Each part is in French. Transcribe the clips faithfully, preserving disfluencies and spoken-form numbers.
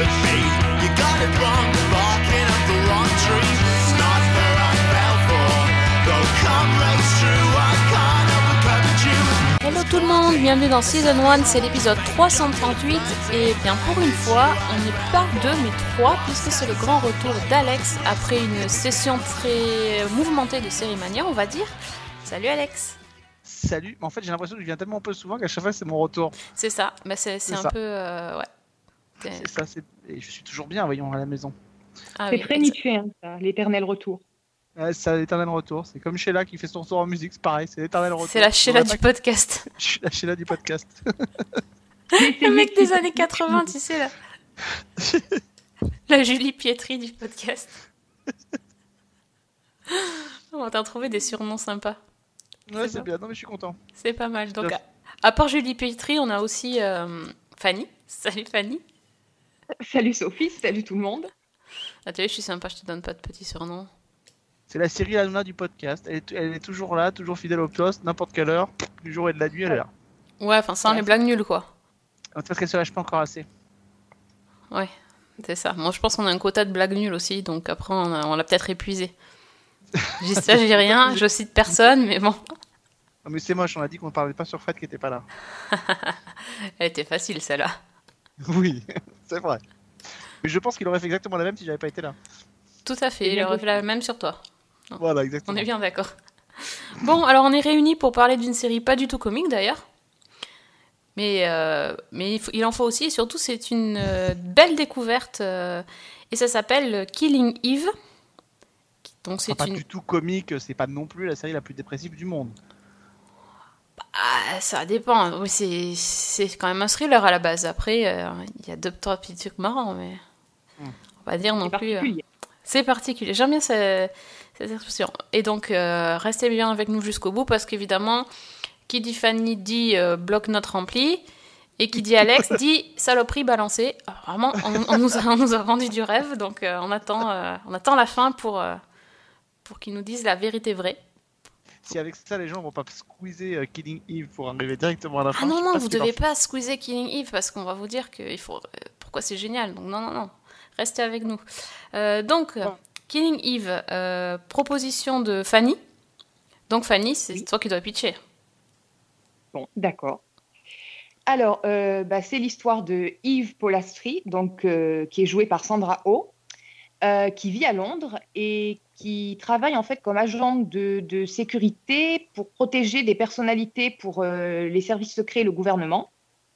should be. You got it wrong, barking up the wrong tree. It's not where I fell for. Though come race true, I can't help but covet you. Hello tout le monde, bienvenue dans Season un, c'est l'épisode trois cent trente-huit. Et bien pour une fois, on n'est pas deux mais trois, puisque c'est le grand retour d'Alex après une session très mouvementée de Série Mania, on va dire. Salut Alex. Salut, mais en fait j'ai l'impression que je viens tellement peu souvent qu'à chaque fois c'est mon retour. C'est ça, bah c'est, c'est, c'est un ça. peu... Euh, ouais. C'est, c'est ça, c'est... Et je suis toujours bien, voyons, à la maison. Ah, c'est oui, très Nietzschéen, ça, l'éternel retour. Ouais, c'est l'éternel retour, c'est comme Sheila qui fait son retour en musique, c'est pareil, c'est l'éternel retour. C'est la Sheila du podcast. Je suis la Sheila du podcast. Le mec des années quatre-vingts, tu sais, là. La Julie Pietri du podcast. On t'a trouvé des surnoms sympas. Ouais, c'est, c'est bien, non mais je suis content. C'est pas mal. Donc, à, à part Julie Pietri, on a aussi euh, Fanny. Salut Fanny. Salut Sophie, salut tout le monde. Ah, tu vois, je suis sympa, je te donne pas de petits surnoms. C'est la Cyril Hanouna du podcast. Elle est, elle est toujours là, toujours fidèle au poste, n'importe quelle heure, du jour et de la nuit, elle est là. Ouais, enfin, sans ouais. les blagues nulles, quoi. C'est parce qu'elle se lâche pas encore assez. Ouais, c'est ça. Moi, je pense qu'on a un quota de blagues nulles aussi, donc après, on, a, on l'a peut-être épuisé. J'ai ça, j'ai rien, je cite personne, mais bon. Non, mais c'est moche, on a dit qu'on ne parlait pas sur Fred qui était pas là. Elle était facile, celle-là. Oui, c'est vrai. Mais je pense qu'il aurait fait exactement la même si j'avais pas été là. Tout à fait, il aurait fait la même sur toi. Non. Voilà, exactement. On est bien d'accord. Bon, alors on est réunis pour parler d'une série pas du tout comique d'ailleurs. Mais, euh, mais il, faut, il en faut aussi, et surtout c'est une euh, belle découverte. Euh, et ça s'appelle Killing Eve. Donc c'est ah, pas une... du tout comique, c'est pas non plus la série la plus dépressive du monde. Ah, ça dépend. Oui, c'est, c'est quand même un thriller à la base. Après, il euh, y a deux, trois petits trucs marrants, mais hum. on va dire non c'est plus... Particulier. Euh... C'est particulier. J'aime bien cette, cette expression. Et donc, euh, restez bien avec nous jusqu'au bout, parce qu'évidemment, qui dit Fanny dit euh, bloc-notes rempli, et qui dit Alex dit saloperie balancée. Alors, vraiment, on, on, nous a, on nous a vendu du rêve, donc euh, on, attend, euh, on attend la fin pour, euh, pour qu'ils nous disent la vérité vraie. Si avec ça, les gens vont pas squeezer uh, Killing Eve pour arriver directement à la fin. Ah non, non, vous devez pas squeezer Killing Eve, parce qu'on va vous dire que il faut, euh, pourquoi c'est génial. Donc non, non, non. Restez avec nous. Euh, donc, bon. Killing Eve, euh, proposition de Fanny. Donc, Fanny, c'est oui. toi qui dois pitcher. Bon, d'accord. Alors, euh, bah, c'est l'histoire de Eve Polastri, donc, euh, qui est jouée par Sandra Oh, euh, qui vit à Londres et qui travaille en fait comme agent de, de sécurité pour protéger des personnalités pour euh, les services secrets et le gouvernement.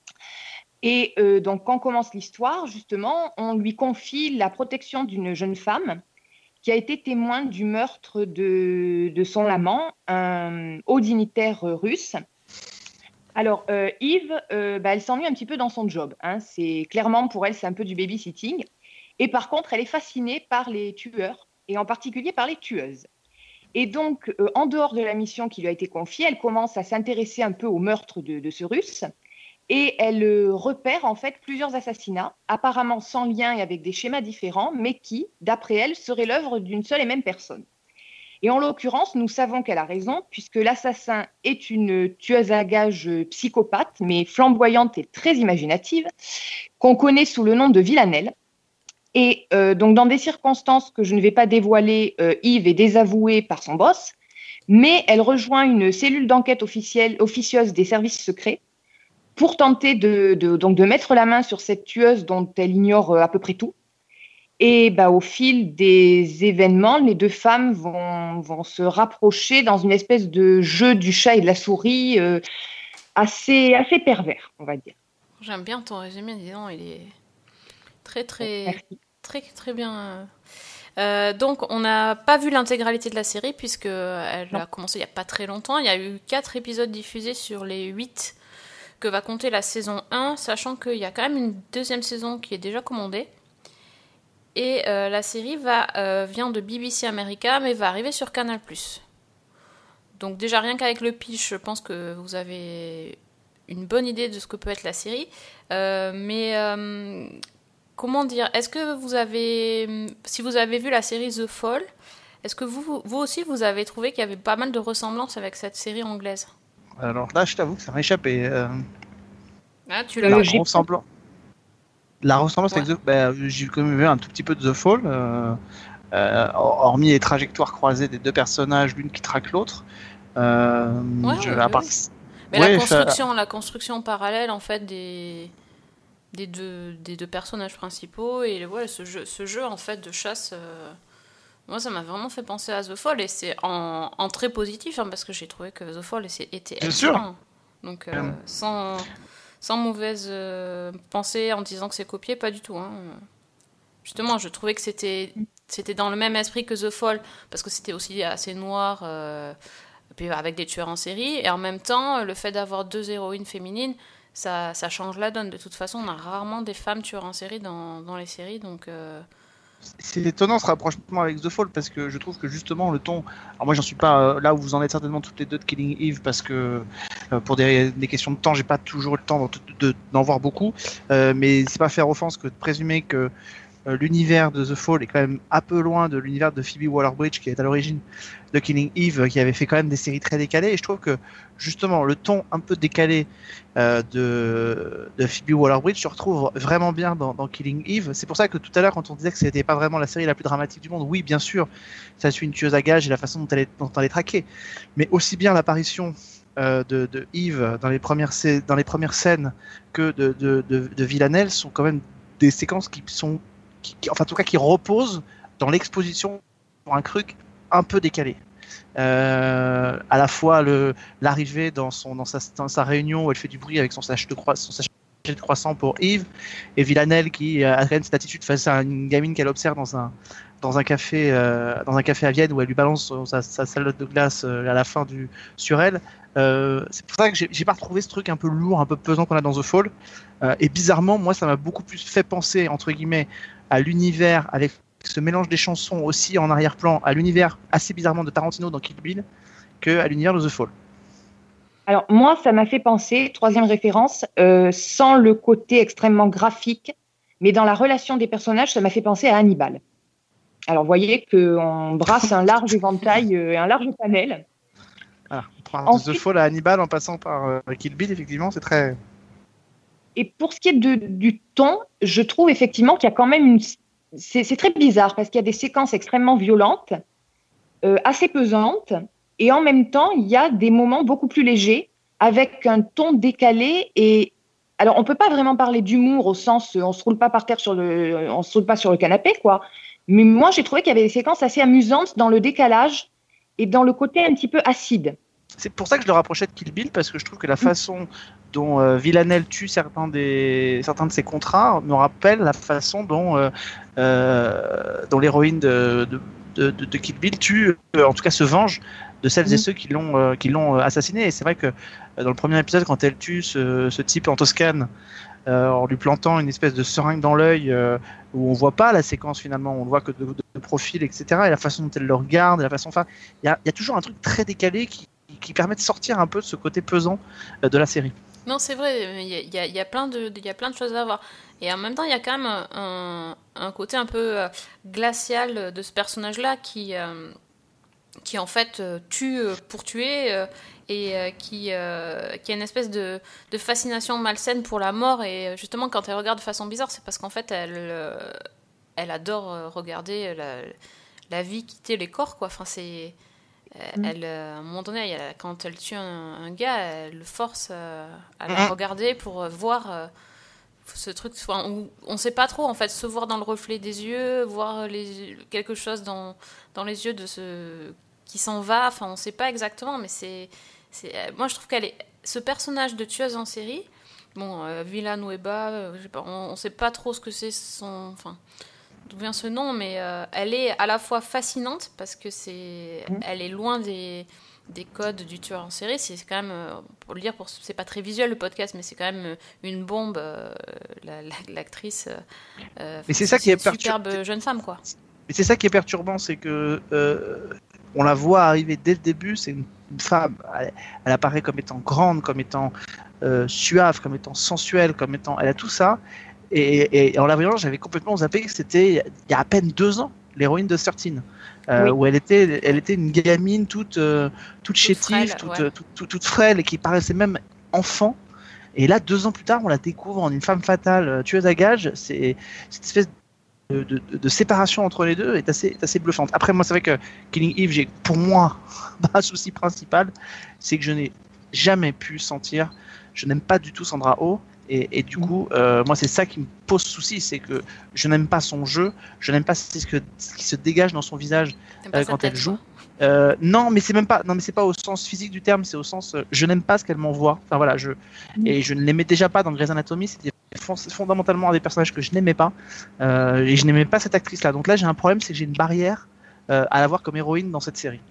Et euh, donc, quand commence l'histoire, justement, on lui confie la protection d'une jeune femme qui a été témoin du meurtre de, de son amant, un haut dignitaire russe. Alors, euh, Eve, euh, bah, elle s'ennuie un petit peu dans son job. Hein. C'est, clairement, pour elle, c'est un peu du babysitting. Et par contre, elle est fascinée par les tueurs, et en particulier par les tueuses. Et donc, euh, en dehors de la mission qui lui a été confiée, elle commence à s'intéresser un peu au meurtre de, de ce Russe. Et elle euh, repère en fait plusieurs assassinats, apparemment sans lien et avec des schémas différents, mais qui, d'après elle, seraient l'œuvre d'une seule et même personne. Et en l'occurrence, nous savons qu'elle a raison, puisque l'assassin est une tueuse à gages psychopathe, mais flamboyante et très imaginative, qu'on connaît sous le nom de Villanelle. Et euh, donc, dans des circonstances que je ne vais pas dévoiler, euh, Eve est désavouée par son boss, mais elle rejoint une cellule d'enquête officielle, officieuse des services secrets, pour tenter de, de, donc de mettre la main sur cette tueuse dont elle ignore à peu près tout. Et bah, au fil des événements, les deux femmes vont, vont se rapprocher dans une espèce de jeu du chat et de la souris euh, assez, assez pervers, on va dire. J'aime bien ton résumé, disons, il est très, très, Merci. très, très bien. Euh, donc, on n'a pas vu l'intégralité de la série, puisqu'elle a commencé il n'y a pas très longtemps. Il y a eu quatre épisodes diffusés sur les huit que va compter la saison un, sachant qu'il y a quand même une deuxième saison qui est déjà commandée. Et euh, la série va, euh, vient de B B C America, mais va arriver sur Canal plus. Donc déjà, rien qu'avec le pitch, je pense que vous avez une bonne idée de ce que peut être la série. Euh, mais euh, comment dire, est-ce que vous avez... Si vous avez vu la série The Fall, est-ce que vous, vous aussi, vous avez trouvé qu'il y avait pas mal de ressemblances avec cette série anglaise ? Alors là, je t'avoue que ça m'a échappé. Euh... Ah, tu l'as vu. Semblant. la ressemblance Ouais. avec The... bah, j'ai quand même vu un tout petit peu de The Fall, euh, euh, hormis les trajectoires croisées des deux personnages, l'une qui traque l'autre. Euh, Ouais, je, ouais, à oui, part... oui. Mais ouais, la ça- construction, la construction parallèle en fait des des deux des deux personnages principaux et ouais, ce jeu ce jeu en fait de chasse. euh, Moi, ça m'a vraiment fait penser à The Fall et c'est en, en très positif hein, parce que j'ai trouvé que The Fall était était Bien sûr. excellent. Donc, euh, Euh. sans, sans mauvaise euh, pensée en disant que c'est copié, pas du tout. Hein. Justement, je trouvais que c'était c'était dans le même esprit que The Fall parce que c'était aussi assez noir, euh, puis avec des tueurs en série. Et en même temps, le fait d'avoir deux héroïnes féminines, ça, ça change la donne. De toute façon, on a rarement des femmes tueurs en série dans, dans les séries, donc. Euh, C'est étonnant ce rapprochement avec The Fall parce que je trouve que justement le ton. Alors moi j'en suis pas euh, là où vous en êtes certainement toutes les deux de Killing Eve parce que euh, pour des, des questions de temps j'ai pas toujours eu le temps d'en, de, d'en voir beaucoup. Euh, mais c'est pas faire offense que de présumer que euh, l'univers de The Fall est quand même un peu loin de l'univers de Phoebe Waller-Bridge qui est à l'origine de Killing Eve, qui avait fait quand même des séries très décalées. Et je trouve que justement le ton un peu décalé euh, de, de Phoebe Waller-Bridge se retrouve vraiment bien dans, dans Killing Eve. C'est pour ça que tout à l'heure, quand on disait que c'était pas vraiment la série la plus dramatique du monde, oui, bien sûr, ça suit une tueuse à gages et la façon dont elle est, dont elle est traquée. Mais aussi bien l'apparition euh, de, de Eve dans les premières, scè- dans les premières scènes que de, de, de, de Villanelle sont quand même des séquences qui sont, qui, qui, enfin en tout cas qui reposent dans l'exposition pour un truc un peu décalé. Euh, à la fois le, l'arrivée dans, son, dans, sa, dans sa réunion où elle fait du bruit avec son sachet de, croi- son sachet de croissant pour Yves, et Villanelle qui a quand même cette attitude face à une gamine qu'elle observe dans un, dans un, café, euh, dans un café à Vienne où elle lui balance sa, sa salade de glace euh, à la fin du, sur elle. Euh, c'est pour ça que j'ai, j'ai pas retrouvé ce truc un peu lourd, un peu pesant qu'on a dans The Fall. Euh, et bizarrement, moi, ça m'a beaucoup plus fait penser, entre guillemets, à l'univers avec ce mélange des chansons aussi en arrière-plan, à l'univers assez bizarrement de Tarantino dans Kill Bill, qu'à l'univers de The Fall. Alors, moi, ça m'a fait penser, troisième référence, euh, sans le côté extrêmement graphique, mais dans la relation des personnages, ça m'a fait penser à Hannibal. Alors, vous voyez qu'on brasse un large éventail et euh, un large panel. Ah, on part Ensuite, de The Fall à Hannibal en passant par euh, Kill Bill, effectivement, c'est très... Et pour ce qui est de, du ton, je trouve effectivement qu'il y a quand même une... C'est, c'est très bizarre parce qu'il y a des séquences extrêmement violentes, euh, assez pesantes, et en même temps, il y a des moments beaucoup plus légers, avec un ton décalé. Et alors, on peut pas vraiment parler d'humour au sens, on se roule pas par terre sur le, on se roule pas sur le canapé, quoi. Mais moi, j'ai trouvé qu'il y avait des séquences assez amusantes dans le décalage et dans le côté un petit peu acide. C'est pour ça que je le rapprochais de Kill Bill, parce que je trouve que la façon dont euh, Villanelle tue certains, des, certains de ses contrats me rappelle la façon dont, euh, euh, dont l'héroïne de, de, de, de Kill Bill tue, euh, en tout cas se venge de celles mmh. et ceux qui l'ont, euh, qui l'ont assassiné. Et c'est vrai que euh, dans le premier épisode, quand elle tue ce, ce type en Toscane, euh, en lui plantant une espèce de seringue dans l'œil, euh, où on voit pas la séquence finalement, on le voit que de, de, de profil, et cetera. Et la façon dont elle le regarde, la façon, enfin, il y a, y a toujours un truc très décalé qui qui permet de sortir un peu de ce côté pesant de la série. Non, c'est vrai, il y a, y, a, y, a plein de, y a plein de choses à voir. Et en même temps, il y a quand même un, un côté un peu euh, glacial de ce personnage-là qui, euh, qui en fait euh, tue pour tuer euh, et euh, qui, euh, qui a une espèce de, de fascination malsaine pour la mort. Et justement, quand elle regarde de façon bizarre, c'est parce qu'en fait, elle, euh, elle adore regarder la, la vie quitter les corps, quoi. Enfin, c'est... Elle, à un moment donné, elle, quand elle tue un, un gars, elle le force à, à la regarder pour voir euh, ce truc. Enfin, où on ne sait pas trop, en fait, se voir dans le reflet des yeux, voir les, quelque chose dans, dans les yeux de ce qui s'en va. Enfin, on ne sait pas exactement, mais c'est, c'est. Moi, je trouve qu'elle est. Ce personnage de tueuse en série, bon, euh, Villanueva, euh, je sais pas, on ne sait pas trop ce que c'est son. Enfin. D'où vient ce nom, mais euh, elle est à la fois fascinante parce que c'est, mmh. elle est loin des, des codes du tueur en série. C'est quand même, euh, pour le dire, pour, c'est pas très visuel le podcast, mais c'est quand même une bombe. Euh, la, la, l'actrice, euh, mais c'est, c'est ça qui est une superbe pertur... jeune femme, quoi. Mais c'est ça qui est perturbant, c'est que euh, on la voit arriver dès le début. C'est une, une femme. Elle, elle apparaît comme étant grande, comme étant euh, suave, comme étant sensuelle, comme étant. Elle a tout ça. Et, et en la voyant, j'avais complètement zappé que c'était il y a à peine deux ans, l'héroïne de treize, euh, oui. où elle était, elle était une gamine toute, euh, toute, toute chétive, frêle, toute, ouais. toute, toute, toute frêle, et qui paraissait même enfant. Et là, deux ans plus tard, on la découvre en une femme fatale, euh, tueuse à gages. C'est cette espèce de, de, de, de séparation entre les deux est assez, est assez bluffante. Après, moi, c'est vrai que Killing Eve, j'ai, pour moi, un souci principal, c'est que je n'ai jamais pu sentir, je n'aime pas du tout Sandra Oh. Et, et du coup, euh, moi, c'est ça qui me pose souci, c'est que je n'aime pas son jeu, je n'aime pas ce, que, ce qui se dégage dans son visage euh, quand tête, elle joue. Euh, non, mais c'est même pas, non, mais c'est pas au sens physique du terme, c'est au sens, euh, je n'aime pas ce qu'elle m'envoie. Enfin voilà, je et je ne l'aimais déjà pas dans Grey's Anatomy, c'était fondamentalement un des personnages que je n'aimais pas, euh, et je n'aimais pas cette actrice-là. Donc là, j'ai un problème, c'est que j'ai une barrière euh, à la voir comme héroïne dans cette série.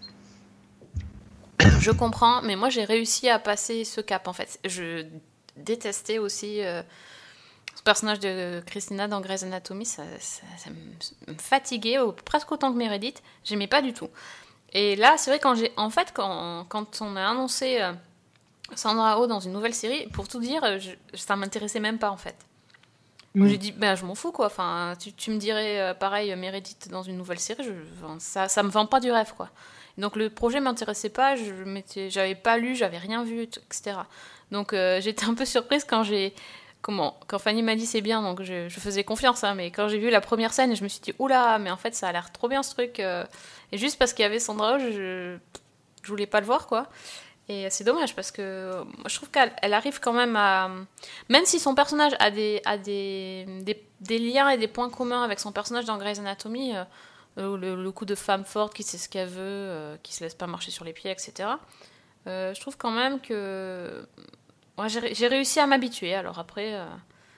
Je comprends, mais moi j'ai réussi à passer ce cap en fait. Je détestais aussi euh, ce personnage de Christina dans Grey's Anatomy, ça, ça, ça me fatiguait au, presque autant que Meredith, j'aimais pas du tout. Et là, c'est vrai, quand j'ai, en fait, quand, quand on a annoncé euh, Sandra Oh dans une nouvelle série, pour tout dire, je, ça m'intéressait même pas en fait. Mmh. J'ai dit, ben je m'en fous quoi, enfin, tu, tu me dirais euh, pareil, Meredith dans une nouvelle série, je, enfin, ça, ça me vend pas du rêve quoi. Donc le projet m'intéressait pas, je m'étais, j'avais pas lu, j'avais rien vu, et cetera. Donc euh, j'étais un peu surprise quand j'ai, comment, quand Fanny m'a dit c'est bien, donc je, je faisais confiance, hein, mais quand j'ai vu la première scène, je me suis dit oula, mais en fait ça a l'air trop bien ce truc, euh, et juste parce qu'il y avait Sandra Oh, je, je voulais pas le voir quoi. Et c'est dommage parce que je trouve qu'elle elle arrive quand même à, même si son personnage a des, a des, des, des liens et des points communs avec son personnage dans Grey's Anatomy. Euh, Le, le coup de femme forte qui sait ce qu'elle veut, euh, qui se laisse pas marcher sur les pieds, et cetera. Euh, je trouve quand même que ouais, j'ai, j'ai réussi à m'habituer. Alors après, euh,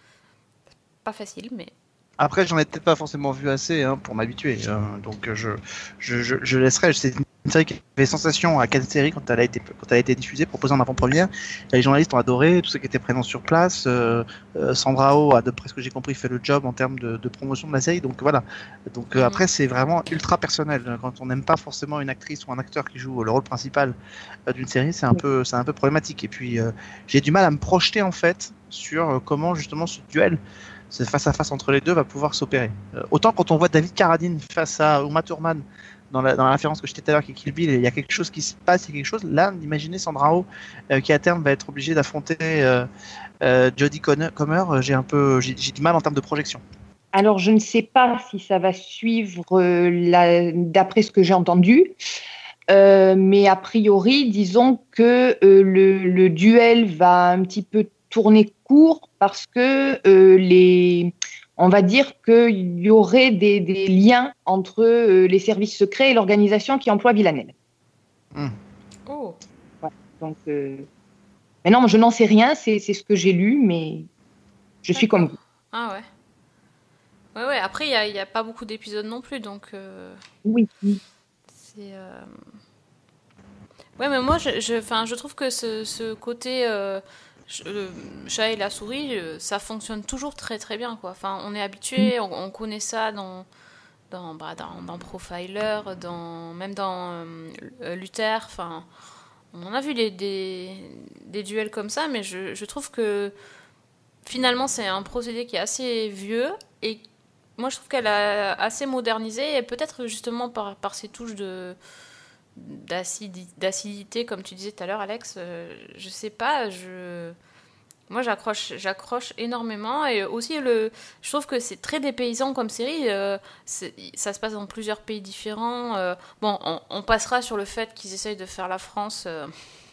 pas facile, mais. Après, j'en ai peut-être pas forcément vu assez hein, pour m'habituer. Euh, donc je, je, je, je laisserai. C'est une série qui avait sensation à quatre séries quand elle a été quand elle a été diffusée, proposée en avant-première. Les journalistes ont adoré, tous ceux qui étaient présents sur place. Euh, euh, Sandra Oh a, d'après ce que j'ai compris, fait le job en termes de, de promotion de la série. Donc voilà. Donc euh, mmh. Après, c'est vraiment ultra personnel. Quand on n'aime pas forcément une actrice ou un acteur qui joue le rôle principal euh, d'une série, c'est un peu, c'est un peu problématique. Et puis euh, j'ai du mal à me projeter en fait sur euh, comment justement ce duel, ce face à face entre les deux va pouvoir s'opérer. Euh, autant quand on voit David Carradine face à Uma Thurman dans la, dans la référence que je t'ai tout à l'heure qui est Kill Bill, il y a quelque chose qui se passe, il y a quelque chose. Là, imaginez Sandra Oh euh, qui à terme va être obligée d'affronter euh, euh, Jodie Comer. Euh, j'ai un peu, j'ai, j'ai du mal en termes de projection. Alors, je ne sais pas si ça va suivre euh, la, d'après ce que j'ai entendu, euh, mais a priori, disons que euh, le, le duel va un petit peu tourner court parce que euh, les, on va dire qu'il y aurait des, des liens entre euh, les services secrets et l'organisation qui emploie Villanelle. Mmh. Oh. Ouais, donc, euh... mais non, je n'en sais rien, c'est, c'est ce que j'ai lu, mais je suis comme vous. Ah ouais. Ouais, ouais. Après, il n'y a, a pas beaucoup d'épisodes non plus, donc. Euh... Oui. C'est. Euh... Ouais, mais moi, je, je, je trouve que ce, ce côté. Euh... Le chat et la souris, ça fonctionne toujours très très bien quoi. Enfin, on est habitué, on, on connaît ça dans dans, bah, dans dans Profiler, dans même dans euh, Luther. Enfin, on a vu les, des des duels comme ça, mais je je trouve que finalement c'est un procédé qui est assez vieux et moi je trouve qu'elle a assez modernisé et peut-être justement par par ses touches de D'acidi- d'acidité, comme tu disais tout à l'heure, Alex, euh, je sais pas, je... moi j'accroche, j'accroche énormément et aussi le... je trouve que c'est très dépaysant comme série, euh, c'est... ça se passe dans plusieurs pays différents. Euh... Bon, on, on passera sur le fait qu'ils essayent de faire la France, euh...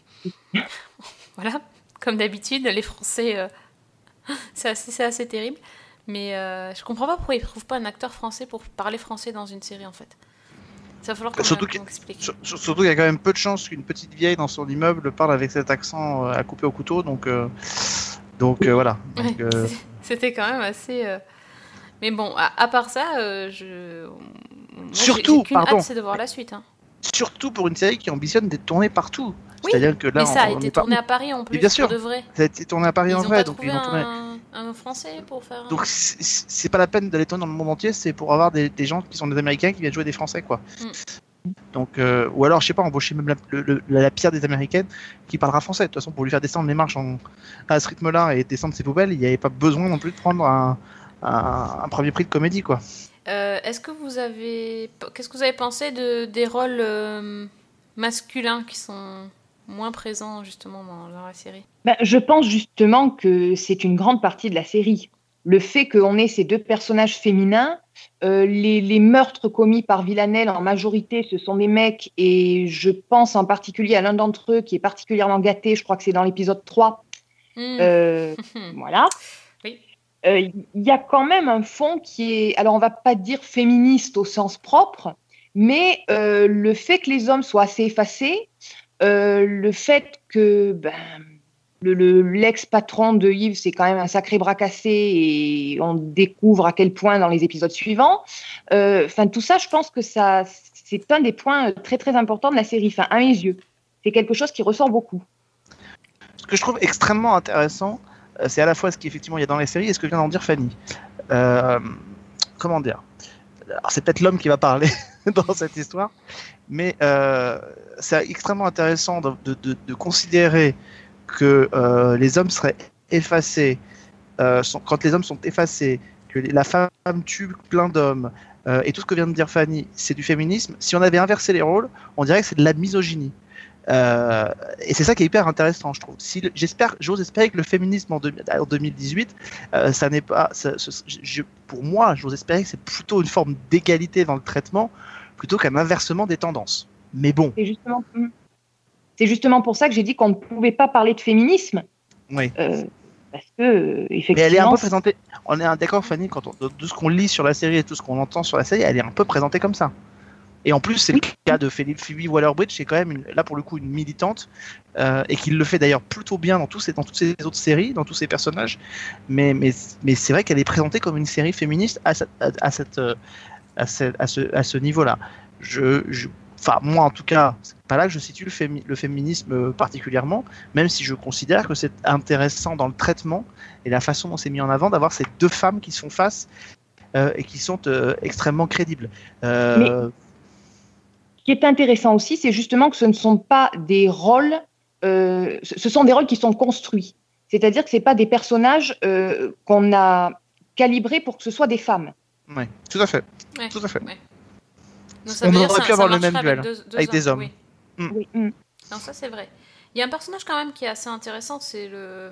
voilà, comme d'habitude, les Français, euh... c'est, assez, c'est assez terrible, mais euh, je comprends pas pourquoi ils trouvent pas un acteur français pour parler français dans une série en fait. Ça va falloir qu'on surtout, qu'il, surtout qu'il y a quand même peu de chances qu'une petite vieille dans son immeuble parle avec cet accent euh, à couper au couteau, donc, euh, donc euh, voilà. Donc, ouais, euh... C'était quand même assez. Euh... Mais bon, à, à part ça, euh, je. Moi, surtout, j'ai, j'ai qu'une pardon. hâte, c'est de voir la suite. Hein. Surtout pour une série qui ambitionne d'être tournée partout. Oui, c'est-à-dire que là, mais ça on, a été tourné pas... à Paris en plus, et bien sûr, de vrai. Ça a été tourné à Paris ils en vrai, donc ils ont tourné. Un, un français pour faire. Un... Donc c'est, c'est pas la peine d'aller tourner dans le monde entier, c'est pour avoir des, des gens qui sont des Américains qui viennent jouer des Français, quoi. Mm. Donc, euh, ou alors, je sais pas, embaucher même la, le, la, la pire des Américaines qui parlera français. De toute façon, pour lui faire descendre les marches en, à ce rythme-là et descendre ses poubelles, il n'y avait pas besoin non plus de prendre un, un, un premier prix de comédie, quoi. Euh, est-ce que vous avez, qu'est-ce que vous avez pensé de des rôles euh, masculins qui sont moins présent justement dans, dans la série. Ben, je pense justement que c'est une grande partie de la série. Le fait qu'on ait ces deux personnages féminins, euh, les, les meurtres commis par Villanelle en majorité, ce sont des mecs, et je pense en particulier à l'un d'entre eux qui est particulièrement gâté, je crois que c'est dans l'épisode trois. Mmh. Euh, voilà. Oui. Il euh, y a quand même un fond qui est, alors on va pas dire féministe au sens propre, mais euh, le fait que les hommes soient assez effacés, euh, le fait que ben, le, le, l'ex-patron de Yves, c'est quand même un sacré bras cassé, et on découvre à quel point dans les épisodes suivants. Enfin, euh, tout ça, je pense que ça, c'est un des points très très importants de la série. Enfin, à mes yeux, c'est quelque chose qui ressort beaucoup. Ce que je trouve extrêmement intéressant, c'est à la fois ce qu'effectivement il y a dans les séries et ce que vient d'en dire Fanny. Euh, comment dire ? Alors, c'est peut-être l'homme qui va parler dans cette histoire, mais euh, c'est extrêmement intéressant de, de, de, de considérer que euh, les hommes seraient effacés, euh, sont, quand les hommes sont effacés, que la femme tue plein d'hommes, euh, et tout ce que vient de dire Fanny, c'est du féminisme. Si on avait inversé les rôles, on dirait que c'est de la misogynie. Euh, et c'est ça qui est hyper intéressant, je trouve. Si le, j'espère, j'ose espérer que le féminisme en, deux, en deux mille dix-huit, euh, ça n'est pas, ça, ce, je, pour moi, j'ose espérer que c'est plutôt une forme d'égalité dans le traitement plutôt qu'un inversement des tendances. Mais bon. C'est justement, c'est justement pour ça que j'ai dit qu'on ne pouvait pas parler de féminisme. Oui. Euh, parce que effectivement. Mais elle est un peu présentée. On est d'accord, Fanny, quand on, de, de ce qu'on lit sur la série et tout ce qu'on entend sur la série, elle est un peu présentée comme ça. Et en plus, c'est oui. le cas de Phoebe Waller-Bridge, qui est quand même, une, là pour le coup, une militante, euh, et qui le fait d'ailleurs plutôt bien dans, tous ces, dans toutes ces autres séries, dans tous ces personnages. Mais, mais, mais c'est vrai qu'elle est présentée comme une série féministe à, cette, à, à, cette, à, ce, à, ce, à ce niveau-là. Je, je, enfin, moi, en tout cas, c'est pas là que je situe le, fémi, le féminisme particulièrement, même si je considère que c'est intéressant dans le traitement et la façon dont c'est mis en avant d'avoir ces deux femmes qui se font face euh, et qui sont euh, extrêmement crédibles. Euh, mais... Ce qui est intéressant aussi, c'est justement que ce ne sont pas des rôles, euh, ce sont des rôles qui sont construits. C'est-à-dire que ce n'est pas des personnages euh, qu'on a calibrés pour que ce soit des femmes. Oui, tout à fait. Ouais, tout à fait. Ouais. Donc, on aurait pu avoir le même duel avec, deux, deux avec des hommes. Oui. Mm. Oui. Mm. Non, ça c'est vrai. Il y a un personnage quand même qui est assez intéressant, c'est le,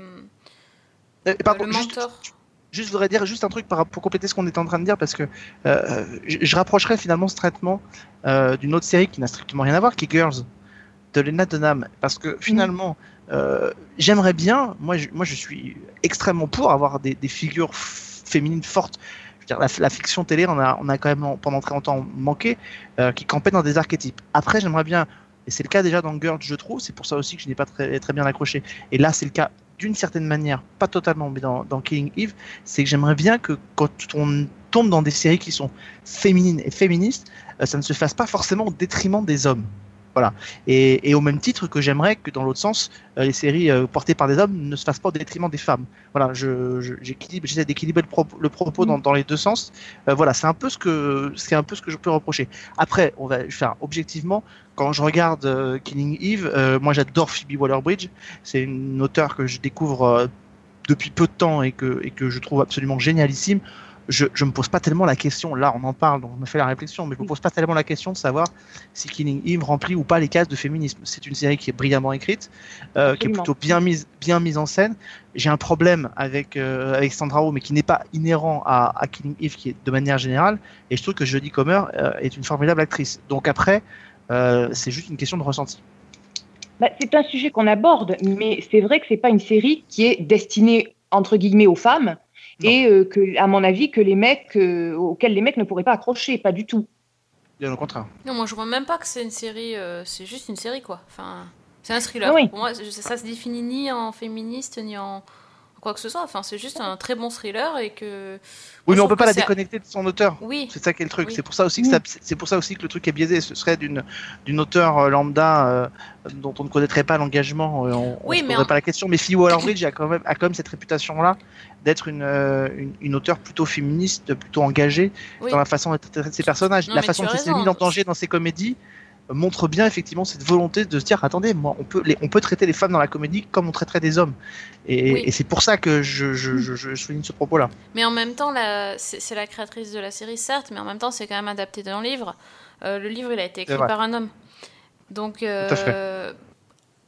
euh, pardon, le mentor. Juste... Juste, je voudrais dire juste un truc pour, pour compléter ce qu'on est en train de dire, parce que euh, je, je rapprocherais finalement ce traitement euh, d'une autre série qui n'a strictement rien à voir, qui est Girls, de Lena Dunham. Parce que finalement, euh, j'aimerais bien, moi je, moi je suis extrêmement pour avoir des, des figures f- féminines fortes. Je veux dire, la, la fiction télé, on a, on a quand même pendant très longtemps manqué, euh, qui campaient dans des archétypes. Après, j'aimerais bien, et c'est le cas déjà dans Girls, je trouve, c'est pour ça aussi que je n'ai pas très, très bien accroché. Et là, c'est le cas d'une certaine manière, pas totalement, mais dans, dans Killing Eve, c'est que j'aimerais bien que quand on tombe dans des séries qui sont féminines et féministes, euh, ça ne se fasse pas forcément au détriment des hommes. Voilà. Et, et au même titre que j'aimerais que dans l'autre sens, euh, les séries euh, portées par des hommes ne se fassent pas au détriment des femmes. Voilà, je, je, j'équilibre, j'essaie d'équilibrer le, pro- le propos dans, dans les deux sens. Euh, voilà, c'est un peu ce que c'est un peu ce que je peux reprocher. Après, on va faire objectivement. Quand je regarde euh, Killing Eve, euh, moi j'adore Phoebe Waller-Bridge. C'est une auteure que je découvre euh, depuis peu de temps et que et que je trouve absolument génialissime. Je je me pose pas tellement la question. Là, on en parle, donc on a fait la réflexion, mais je me pose pas tellement la question de savoir si Killing Eve remplit ou pas les cases de féminisme. C'est une série qui est brillamment écrite, euh, qui est plutôt bien mise bien mise en scène. J'ai un problème avec euh, avec Sandra Oh, mais qui n'est pas inhérent à, à Killing Eve, qui est de manière générale. Et je trouve que Jodie Comer euh, est une formidable actrice. Donc après. Euh, c'est juste une question de ressenti. Bah, c'est un sujet qu'on aborde, mais c'est vrai que c'est pas une série qui est destinée entre guillemets aux femmes, non. Et euh, que, à mon avis, que les mecs euh, auxquels les mecs ne pourraient pas accrocher, pas du tout. Bien au contraire. Non, moi je vois même pas que c'est une série, euh, c'est juste une série quoi. Enfin, c'est un thriller. Oui. Pour moi, ça se définit ni en féministe ni en quoi que ce soit. Enfin, c'est juste un très bon thriller et que. Oui, moi, mais on peut pas la c'est... déconnecter de son auteur. Oui. C'est ça qui est le truc. Oui. C'est pour ça aussi que ça, c'est pour ça aussi que le truc est biaisé. Ce serait d'une d'une auteure lambda euh, dont on ne connaîtrait pas l'engagement. Euh, on oui, ne se mais poserait en... pas la question. Mais Phoebe Waller-Bridge a quand même a quand même cette réputation là d'être une, euh, une une auteure plutôt féministe, plutôt engagée oui. dans la façon de traiter ses personnages, non, la façon dont elle s'est mise en danger dans ses comédies. Montre bien effectivement cette volonté de se dire attendez, moi on peut les, on peut traiter les femmes dans la comédie comme on traiterait des hommes et, oui. et c'est pour ça que je, je, je, je souligne ce propos là. Mais en même temps la, c'est, c'est la créatrice de la série certes, mais en même temps c'est quand même adapté d'un livre. Euh, le livre il a été écrit par un homme, donc euh,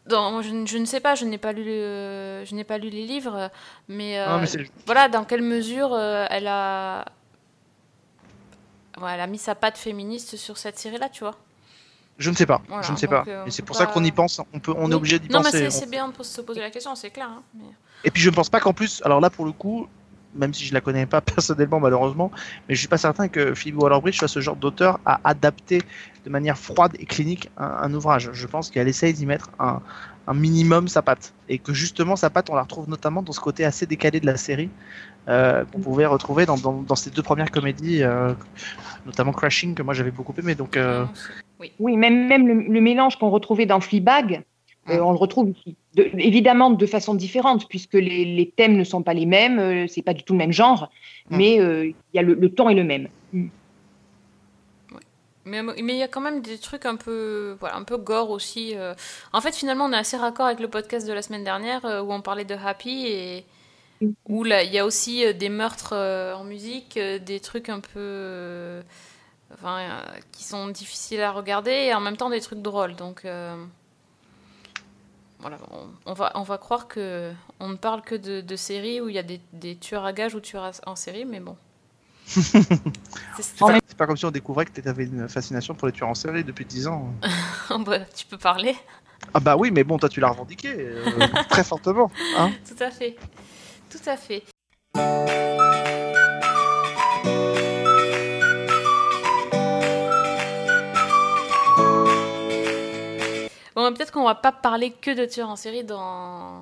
dans, je, je ne sais pas, je n'ai pas lu, le, je n'ai pas lu les livres, mais, euh, Non, mais c'est... voilà, dans quelle mesure euh, elle a, ouais, elle a mis sa patte féministe sur cette série-là, tu vois. Je ne sais pas, Voilà, je ne sais donc, pas. euh, Et c'est on pour peut ça pas- qu'on y pense. On peut, on Oui. est obligé d'y Non, mais penser. c'est, On- c'est bien de se poser la question, c'est clair. Hein, mais... Et puis je ne pense pas qu'en plus, alors là pour le coup, même si je la connais pas personnellement malheureusement, mais je suis pas certain que Phoebe Waller-Bridge soit ce genre d'auteur à adapter de manière froide et clinique un, un ouvrage. Je pense qu'elle essaye d'y mettre un, un minimum sa patte, et que justement sa patte on la retrouve notamment dans ce côté assez décalé de la série euh, qu'on pouvait retrouver dans, dans, dans ces deux premières comédies, euh, notamment Crashing que moi j'avais beaucoup aimé. Donc euh, Oui. Oui, même, même le, le mélange qu'on retrouvait dans Fleabag, euh, on le retrouve ici. De, évidemment de façon différente, puisque les, les thèmes ne sont pas les mêmes, euh, c'est pas du tout le même genre, Mm. mais euh, il y a le, le ton est le même. Mm. Mais mais il y a quand même des trucs un peu, voilà, un peu gore aussi. euh. En fait, finalement, on est assez raccord avec le podcast de la semaine dernière euh, où on parlait de Happy et Mm. où là, il y a aussi euh, des meurtres euh, en musique, euh, des trucs un peu, euh, enfin, euh, qui sont difficiles à regarder et en même temps des trucs drôles. Donc euh, voilà, on, on va on va croire que on ne parle que de, de séries où il y a des, des tueurs à gages ou tueurs à- en série, mais bon. C'est- c'est, pas, c'est pas comme si on découvrait que tu avais une fascination pour les tueurs en série depuis dix ans. Bah, tu peux parler. Ah bah oui, mais bon, toi tu l'as revendiqué euh, très fortement. Hein. Tout à fait. Tout à fait. Bon, peut-être qu'on va pas parler que de tueurs en série dans,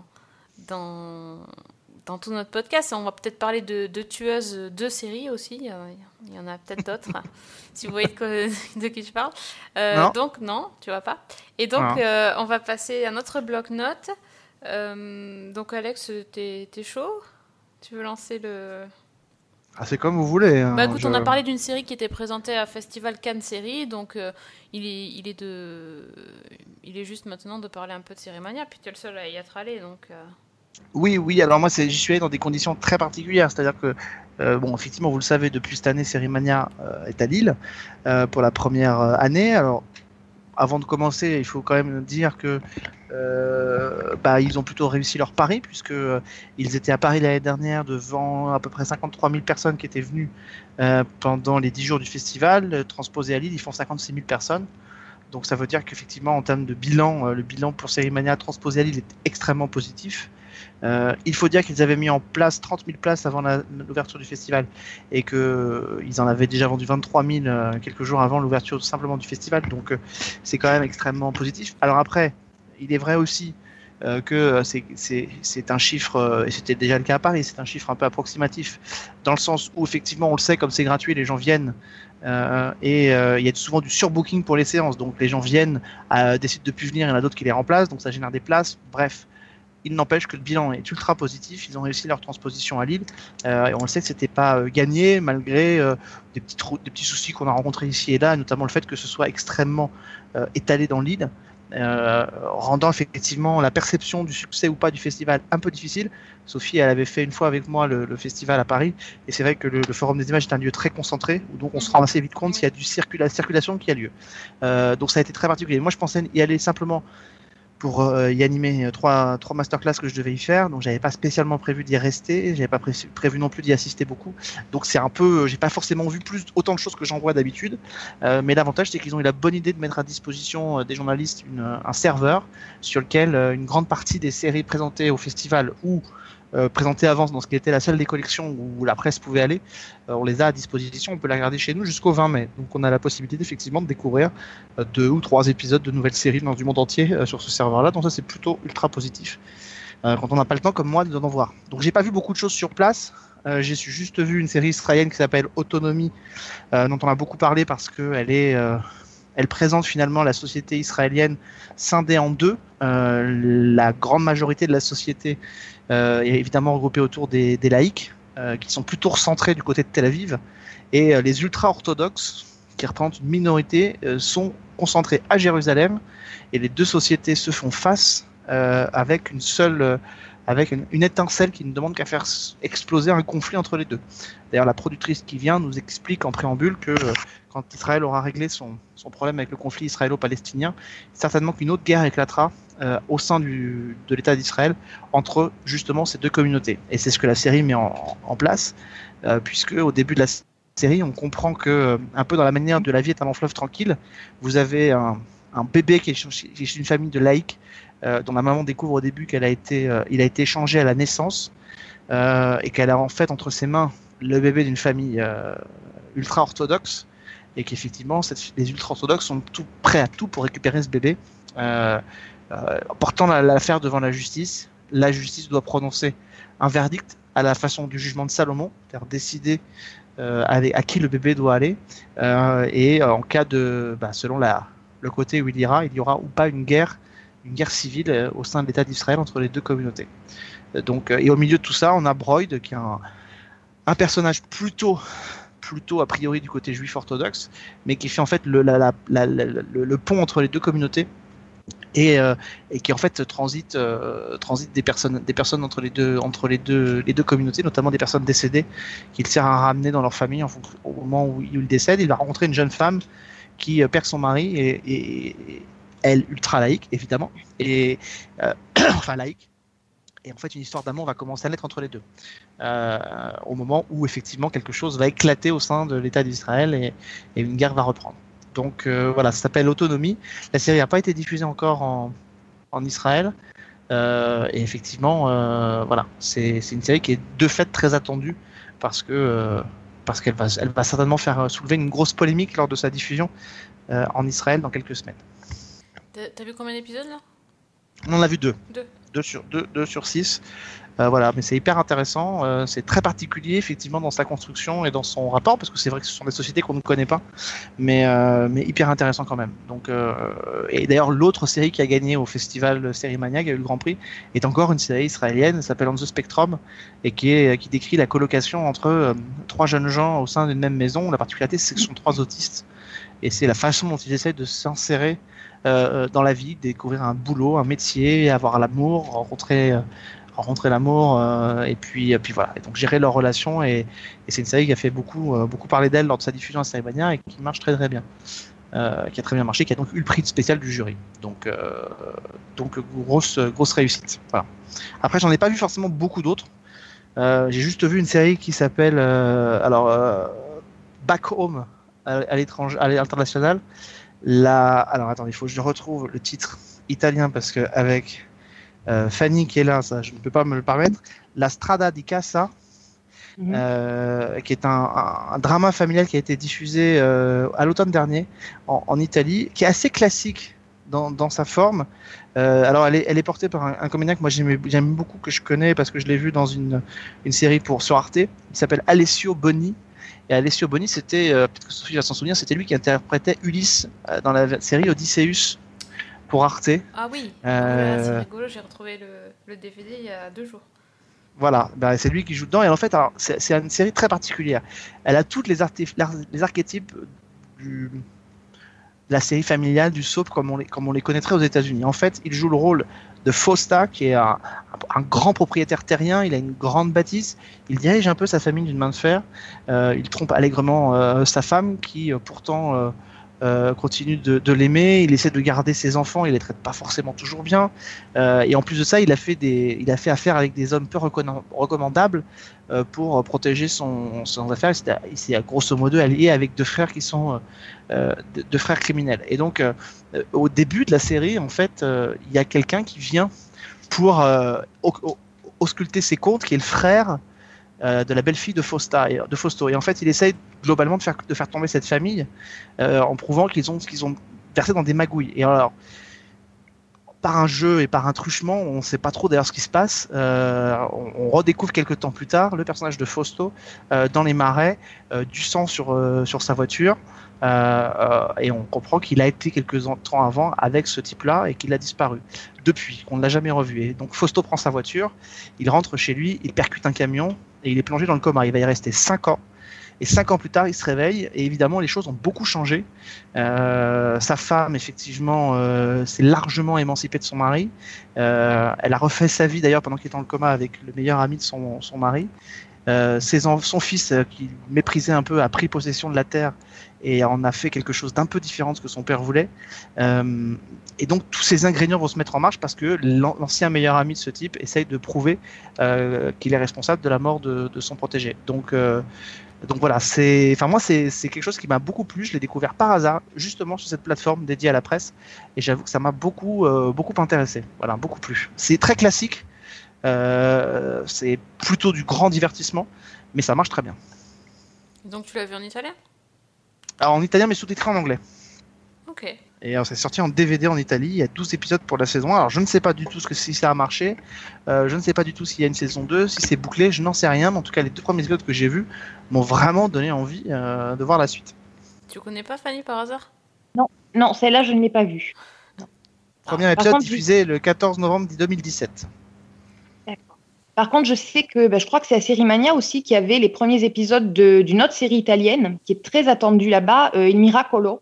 dans, dans tout notre podcast. On va peut-être parler de, de tueuses de séries aussi. Il y en a peut-être d'autres, si vous voyez de, quoi- de qui je parle. Euh, Non. Donc, non, tu vois pas. Et donc, Non. euh, on va passer à notre bloc-notes. Euh, donc, Alex, t'es, t'es chaud? Tu veux lancer le... Ah, c'est comme vous voulez. Hein, Bah écoute, je- on a parlé d'une série qui était présentée à Festival Cannes Série, donc euh, il, est, il, est de... il est juste maintenant de parler un peu de Série Mania, puis tu es le seul à y être allé, donc... euh, Oui, oui, alors moi c'est, j'y suis allé dans des conditions très particulières, c'est-à-dire que, euh, bon, effectivement, vous le savez, depuis cette année, Série Mania euh, est à Lille euh, pour la première euh, année. Alors, avant de commencer, il faut quand même dire que euh, bah, ils ont plutôt réussi leur pari, puisque euh, ils étaient à Paris l'année dernière devant à peu près cinquante-trois mille personnes qui étaient venues euh, pendant les dix jours du festival. Euh, Transposés à Lille, ils font cinquante-six mille personnes. Donc ça veut dire qu'effectivement, en termes de bilan, euh, le bilan pour Série Mania transposé à Lille est extrêmement positif. Euh, il faut dire qu'ils avaient mis en place trente mille places avant la, l'ouverture du festival et qu'ils euh, en avaient déjà vendu vingt-trois mille euh, quelques jours avant l'ouverture simplement du festival. Donc euh, c'est quand même extrêmement positif. Alors après, il est vrai aussi euh, que c'est, c'est, c'est un chiffre, euh, et c'était déjà le cas à Paris, c'est un chiffre un peu approximatif dans le sens où effectivement on le sait, comme c'est gratuit, les gens viennent. Euh, et euh, il y a souvent du surbooking pour les séances, donc les gens viennent, euh, décident de plus venir, il y en a d'autres qui les remplacent, donc ça génère des places. Bref, il n'empêche que le bilan est ultra positif. Ils ont réussi leur transposition à Lille, euh, et on le sait que c'était pas euh, gagné malgré euh, des petits trous, des petits soucis qu'on a rencontrés ici et là, notamment le fait que ce soit extrêmement euh, étalé dans Lille. Euh, rendant effectivement la perception du succès ou pas du festival un peu difficile. Sophie, elle avait fait une fois avec moi le, le festival à Paris, et c'est vrai que le, le Forum des Images est un lieu très concentré, où donc on se rend assez vite compte s'il y a du circula- la circulation qui a lieu. Euh, donc ça a été très particulier. Moi, je pensais y aller simplement pour euh, y animer trois, trois masterclass que je devais y faire, donc j'avais pas spécialement prévu d'y rester, j'avais pas pré- prévu non plus d'y assister beaucoup, donc c'est un peu, j'ai pas forcément vu plus autant de choses que j'en vois d'habitude, euh, mais l'avantage c'est qu'ils ont eu la bonne idée de mettre à disposition euh, des journalistes une, un serveur sur lequel euh, une grande partie des séries présentées au festival ou euh, présentées avant dans ce qui était la salle des collections où la presse pouvait aller, euh, on les a à disposition, on peut la regarder chez nous jusqu'au vingt mai, donc on a la possibilité effectivement de découvrir euh, deux ou trois épisodes de nouvelles séries dans du monde entier euh, sur ce serveur-là, donc ça c'est plutôt ultra positif euh, quand on n'a pas le temps comme moi d'en voir. Donc j'ai pas vu beaucoup de choses sur place, euh, j'ai juste vu une série israélienne qui s'appelle Autonomie, euh, dont on a beaucoup parlé parce que elle est euh, elle présente finalement la société israélienne scindée en deux. Euh, la grande majorité de la société euh, est évidemment regroupée autour des, des laïcs, euh, qui sont plutôt recentrés du côté de Tel Aviv, et euh, les ultra-orthodoxes, qui représentent une minorité, euh, sont concentrés à Jérusalem, et les deux sociétés se font face euh, avec une seule, avec une, une étincelle qui ne demande qu'à faire exploser un conflit entre les deux. D'ailleurs, la productrice qui vient nous explique en préambule que euh, quand Israël aura réglé son, son problème avec le conflit israélo-palestinien, certainement qu'une autre guerre éclatera euh, au sein du, de l'État d'Israël entre justement ces deux communautés. Et c'est ce que la série met en, en place, euh, puisque au début de la série, on comprend que, euh, un peu dans la manière de La vie est un long fleuve tranquille, vous avez un, un bébé qui est chez une famille de laïcs, euh, dont la maman découvre au début qu'elle a été, euh, il a été échangé à la naissance, euh, et qu'elle a en fait entre ses mains le bébé d'une famille euh, ultra-orthodoxe, et qu'effectivement, cette, les ultra-orthodoxes sont tout, prêts à tout pour récupérer ce bébé, euh, euh, portant la, l'affaire devant la justice. La justice doit prononcer un verdict à la façon du jugement de Salomon, c'est-à-dire décider euh, à, à qui le bébé doit aller, euh, et en cas de, bah, selon la, le côté où il ira, il y aura ou pas une guerre, une guerre civile euh, au sein de l'État d'Israël entre les deux communautés. Donc, euh, et au milieu de tout ça, on a Broyd, qui est un, un personnage plutôt plutôt a priori du côté juif orthodoxe, mais qui fait en fait le, la, la, la, la, le, le pont entre les deux communautés, et, euh, et qui en fait transite, euh, transite des personnes, des personnes entre les deux, entre les deux, les deux communautés, notamment des personnes décédées, qu'il sert à ramener dans leur famille en fonction, au moment où il décède. Il va rencontrer une jeune femme qui perd son mari, et, et, et elle ultra laïque évidemment, et euh, enfin laïque. Et en fait, une histoire d'amour va commencer à naître entre les deux, euh, au moment où effectivement quelque chose va éclater au sein de l'État d'Israël, et, et une guerre va reprendre. Donc euh, voilà, ça s'appelle Autonomie. La série n'a pas été diffusée encore en, en Israël, euh, et effectivement, euh, voilà, c'est, c'est une série qui est de fait très attendue, parce que euh, parce qu'elle va, elle va certainement faire soulever une grosse polémique lors de sa diffusion euh, en Israël dans quelques semaines. T'as, t'as vu combien d'épisodes là ? On en a vu deux. Deux. Deux sur, deux, deux sur six. Euh, voilà, mais c'est hyper intéressant. Euh, c'est très particulier, effectivement, dans sa construction et dans son rapport, parce que c'est vrai que ce sont des sociétés qu'on ne connaît pas, mais, euh, mais hyper intéressant quand même. Donc, euh, et d'ailleurs, l'autre série qui a gagné au festival Série Mania, qui a eu le Grand Prix, est encore une série israélienne, elle s'appelle On the Spectrum, et qui, est, qui décrit la colocation entre euh, trois jeunes gens au sein d'une même maison. La particularité, c'est que ce sont trois autistes, et c'est la façon dont ils essaient de s'insérer Euh, dans la vie, découvrir un boulot, un métier, avoir l'amour, rencontrer, euh, rencontrer l'amour, euh, et puis, et puis voilà. Et donc gérer leurs relations, et, et c'est une série qui a fait beaucoup, euh, beaucoup parler d'elle lors de sa diffusion à Série Mania, et qui marche très très bien, euh, qui a très bien marché, qui a donc eu le prix spécial du jury. Donc, euh, donc grosse, grosse réussite. Voilà. Après, j'en ai pas vu forcément beaucoup d'autres. Euh, j'ai juste vu une série qui s'appelle, euh, alors, euh, Back Home à, à l'étranger, à l'international. La... Alors attendez, il faut que je retrouve le titre italien, parce que avec euh, Fanny qui est là, ça, je ne peux pas me le permettre. La Strada di Casa, mmh. euh, qui est un, un, un drama familial qui a été diffusé euh, à l'automne dernier en, en Italie, qui est assez classique dans, dans sa forme. Euh, alors elle est, elle est portée par un, un comédien que moi j'aime, j'aime beaucoup, que je connais parce que je l'ai vu dans une, une série pour, sur Arte. Il s'appelle Alessio Boni. Et Alessio Boni, c'était, euh, peut-être que Sophie va s'en souvenir, c'était lui qui interprétait Ulysse euh, dans la série Odysseus pour Arte. Ah oui, euh... c'est rigolo, j'ai retrouvé le, le D V D il y a deux jours. Voilà, bah, c'est lui qui joue dedans. Et en fait, alors, c'est, c'est une série très particulière. Elle a toutes les, artif- les archétypes du, de la série familiale, du soap, comme on les, comme on les connaîtrait aux États-Unis. En fait, il joue le rôle de Fausta, qui est un, un grand propriétaire terrien. Il a une grande bâtisse. Il dirige un peu sa famille d'une main de fer. Euh, il trompe allègrement euh, sa femme, qui euh, pourtant euh, euh, continue de, de l'aimer. Il essaie de garder ses enfants. Il les traite pas forcément toujours bien. Euh, et en plus de ça, il a fait des, il a fait affaire avec des hommes peu reconna- recommandables euh, pour protéger son, son affaire. Il s'est grosso modo allié avec deux frères qui sont euh, deux, deux frères criminels. Et donc, euh, au début de la série, en fait, euh, il y a quelqu'un qui vient pour euh, ausculter ses comptes, qui est le frère euh, de la belle-fille de Fausta, et, de Fausto. Et en fait, il essaye globalement de faire, de faire tomber cette famille euh, en prouvant qu'ils ont, qu'ils ont versé dans des magouilles. Et alors, par un jeu et par un truchement, on ne sait pas trop d'ailleurs ce qui se passe. Euh, on, on redécouvre quelques temps plus tard le personnage de Fausto euh, dans les marais, euh, du sang sur, euh, sur sa voiture. Euh, euh, et on comprend qu'il a été quelques temps avant avec ce type-là et qu'il a disparu depuis, qu'on ne l'a jamais revu. Et donc Fausto prend sa voiture, il rentre chez lui, il percute un camion et il est plongé dans le coma. Il va y rester cinq ans Et cinq ans plus tard, il se réveille et évidemment, les choses ont beaucoup changé. Euh, sa femme, effectivement, euh, s'est largement émancipée de son mari. Euh, elle a refait sa vie d'ailleurs pendant qu'il était dans le coma avec le meilleur ami de son, son mari. Euh, ses en- son fils, euh, qui méprisait un peu, a pris possession de la terre et en a fait quelque chose d'un peu différent de ce que son père voulait. Euh, et donc tous ces ingrédients vont se mettre en marche parce que l'an- l'ancien meilleur ami de ce type essaye de prouver euh, qu'il est responsable de la mort de, de son protégé. Donc, euh, donc voilà, c'est, enfin moi c'est, c'est quelque chose qui m'a beaucoup plu. Je l'ai découvert par hasard justement sur cette plateforme dédiée à la presse et j'avoue que ça m'a beaucoup, euh, beaucoup intéressé. Voilà, beaucoup plu. C'est très classique. Euh, c'est plutôt du grand divertissement, mais ça marche très bien. Donc tu l'as vu en italien? Alors en italien, mais sous-titré en anglais. Ok. Et alors, c'est sorti en D V D en Italie. Il y a douze épisodes pour la saison un. Alors je ne sais pas du tout ce que, si ça a marché. Euh, je ne sais pas du tout s'il y a une saison deux, si c'est bouclé. Je n'en sais rien. Mais en tout cas, les deux premiers épisodes que j'ai vus m'ont vraiment donné envie euh, de voir la suite. Tu connais pas Fanny par hasard? Non, non, celle-là, je ne l'ai pas vue. Premier Par épisode contre, diffusé le quatorze novembre deux mille dix-sept. D'accord. Par contre, je sais que bah, je crois que c'est à Série Mania aussi qui avait les premiers épisodes de- d'une autre série italienne qui est très attendue là-bas, euh, Il Miracolo.